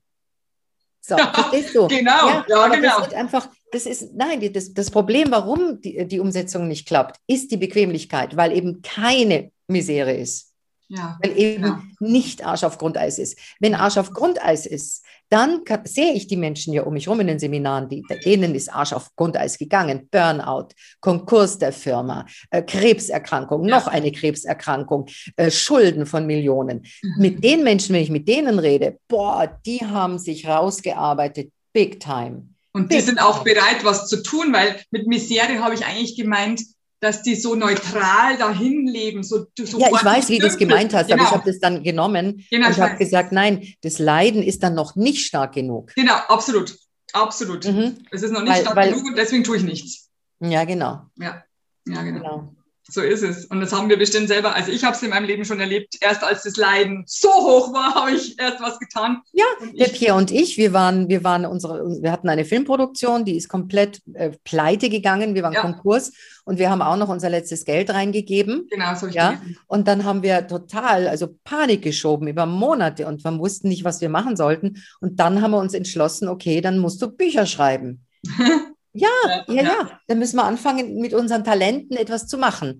[SPEAKER 2] So, ja, verstehst du?
[SPEAKER 1] Genau,
[SPEAKER 2] ja,
[SPEAKER 1] ja,
[SPEAKER 2] aber
[SPEAKER 1] genau.
[SPEAKER 2] Das ist einfach, das ist, nein, das, das Problem, warum die, die Umsetzung nicht klappt, ist die Bequemlichkeit, weil eben keine Misere ist.
[SPEAKER 1] Ja,
[SPEAKER 2] weil eben
[SPEAKER 1] genau.
[SPEAKER 2] nicht Arsch auf Grundeis ist. Wenn Arsch auf Grundeis ist, dann kann, sehe ich die Menschen ja um mich rum in den Seminaren, die, denen ist Arsch auf Grundeis gegangen. Burnout, Konkurs der Firma, äh, Krebserkrankung, ja. noch eine Krebserkrankung, äh, Schulden von Millionen. Mhm. Mit den Menschen, wenn ich mit denen rede, boah, die haben sich rausgearbeitet, big time.
[SPEAKER 1] Und
[SPEAKER 2] big
[SPEAKER 1] die sind
[SPEAKER 2] time.
[SPEAKER 1] auch bereit, was zu tun, weil mit Misere habe ich eigentlich gemeint, dass die so neutral dahin leben. So, so
[SPEAKER 2] ja, ich weiß, wie du es gemeint hast,
[SPEAKER 1] genau.
[SPEAKER 2] aber ich habe das dann genommen
[SPEAKER 1] genau,
[SPEAKER 2] und habe gesagt, nein, das Leiden ist dann noch nicht stark genug.
[SPEAKER 1] Genau, absolut, absolut. Mhm. Es ist noch nicht
[SPEAKER 2] weil,
[SPEAKER 1] stark
[SPEAKER 2] weil,
[SPEAKER 1] genug und deswegen tue ich nichts.
[SPEAKER 2] Ja, genau.
[SPEAKER 1] Ja, ja genau.
[SPEAKER 2] genau.
[SPEAKER 1] So ist es. Und das haben wir bestimmt selber, also ich habe es in meinem Leben schon erlebt, erst als das Leiden so hoch war, habe ich erst was getan.
[SPEAKER 2] Ja, der Pierre und ich, wir waren, wir waren unsere, wir hatten eine Filmproduktion, die ist komplett äh, pleite gegangen, wir waren ja. Konkurs und wir haben auch noch unser letztes Geld reingegeben.
[SPEAKER 1] Genau, das habe ich
[SPEAKER 2] ja?
[SPEAKER 1] gelesen.
[SPEAKER 2] Und dann haben wir total, also Panik geschoben über Monate und wir wussten nicht, was wir machen sollten. Und dann haben wir uns entschlossen, okay, dann musst du Bücher schreiben. Ja, ja, ja, ja. Dann müssen wir anfangen, mit unseren Talenten etwas zu machen.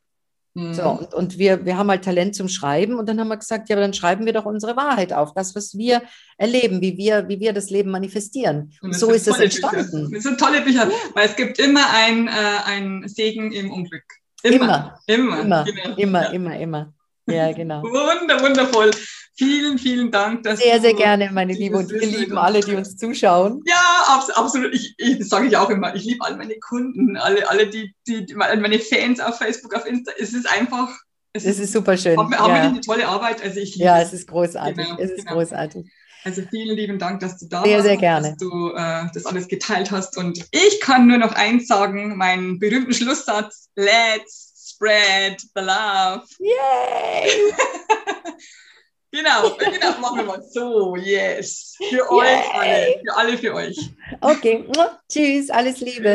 [SPEAKER 2] Mhm. So, und, und wir, wir haben halt Talent zum Schreiben und dann haben wir gesagt, ja, aber dann schreiben wir doch unsere Wahrheit auf, das, was wir erleben, wie wir, wie wir das Leben manifestieren. Und so ist es entstanden.
[SPEAKER 1] Bücher. Das sind tolle Bücher, ja. weil es gibt immer ein, äh, ein Segen im Unglück.
[SPEAKER 2] Immer.
[SPEAKER 1] Immer.
[SPEAKER 2] Immer,
[SPEAKER 1] immer,
[SPEAKER 2] immer,
[SPEAKER 1] ja.
[SPEAKER 2] immer, immer. Ja, genau.
[SPEAKER 1] Wunder, wundervoll. Vielen, vielen Dank. Dass
[SPEAKER 2] sehr,
[SPEAKER 1] du
[SPEAKER 2] sehr gerne, meine Liebe. Und wir lieben alle, die uns zuschauen.
[SPEAKER 1] Ja, abs absolut. Ich, ich, das sage ich auch immer. Ich liebe all meine Kunden, alle, alle die, die, die, meine Fans auf Facebook, auf Insta. Es ist einfach...
[SPEAKER 2] Es ist, ist super schön.
[SPEAKER 1] Haben, haben ja. wir eine tolle Arbeit. Also ich liebe
[SPEAKER 2] ja, es ist großartig.
[SPEAKER 1] Genau,
[SPEAKER 2] es ist
[SPEAKER 1] genau.
[SPEAKER 2] großartig.
[SPEAKER 1] Also vielen lieben Dank, dass du da
[SPEAKER 2] sehr,
[SPEAKER 1] warst,
[SPEAKER 2] sehr gerne.
[SPEAKER 1] dass du äh, das alles geteilt hast. Und ich kann nur noch eins sagen, meinen berühmten Schlusssatz: Let's spread the love.
[SPEAKER 2] Yay!
[SPEAKER 1] Genau, genau, machen wir mal so, yes. Für Yay. euch alle, für alle für euch.
[SPEAKER 2] Okay, tschüss, alles Liebe.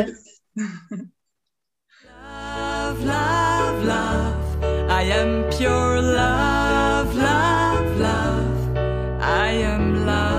[SPEAKER 3] Love, love, love, I am pure love, love, love, I am love.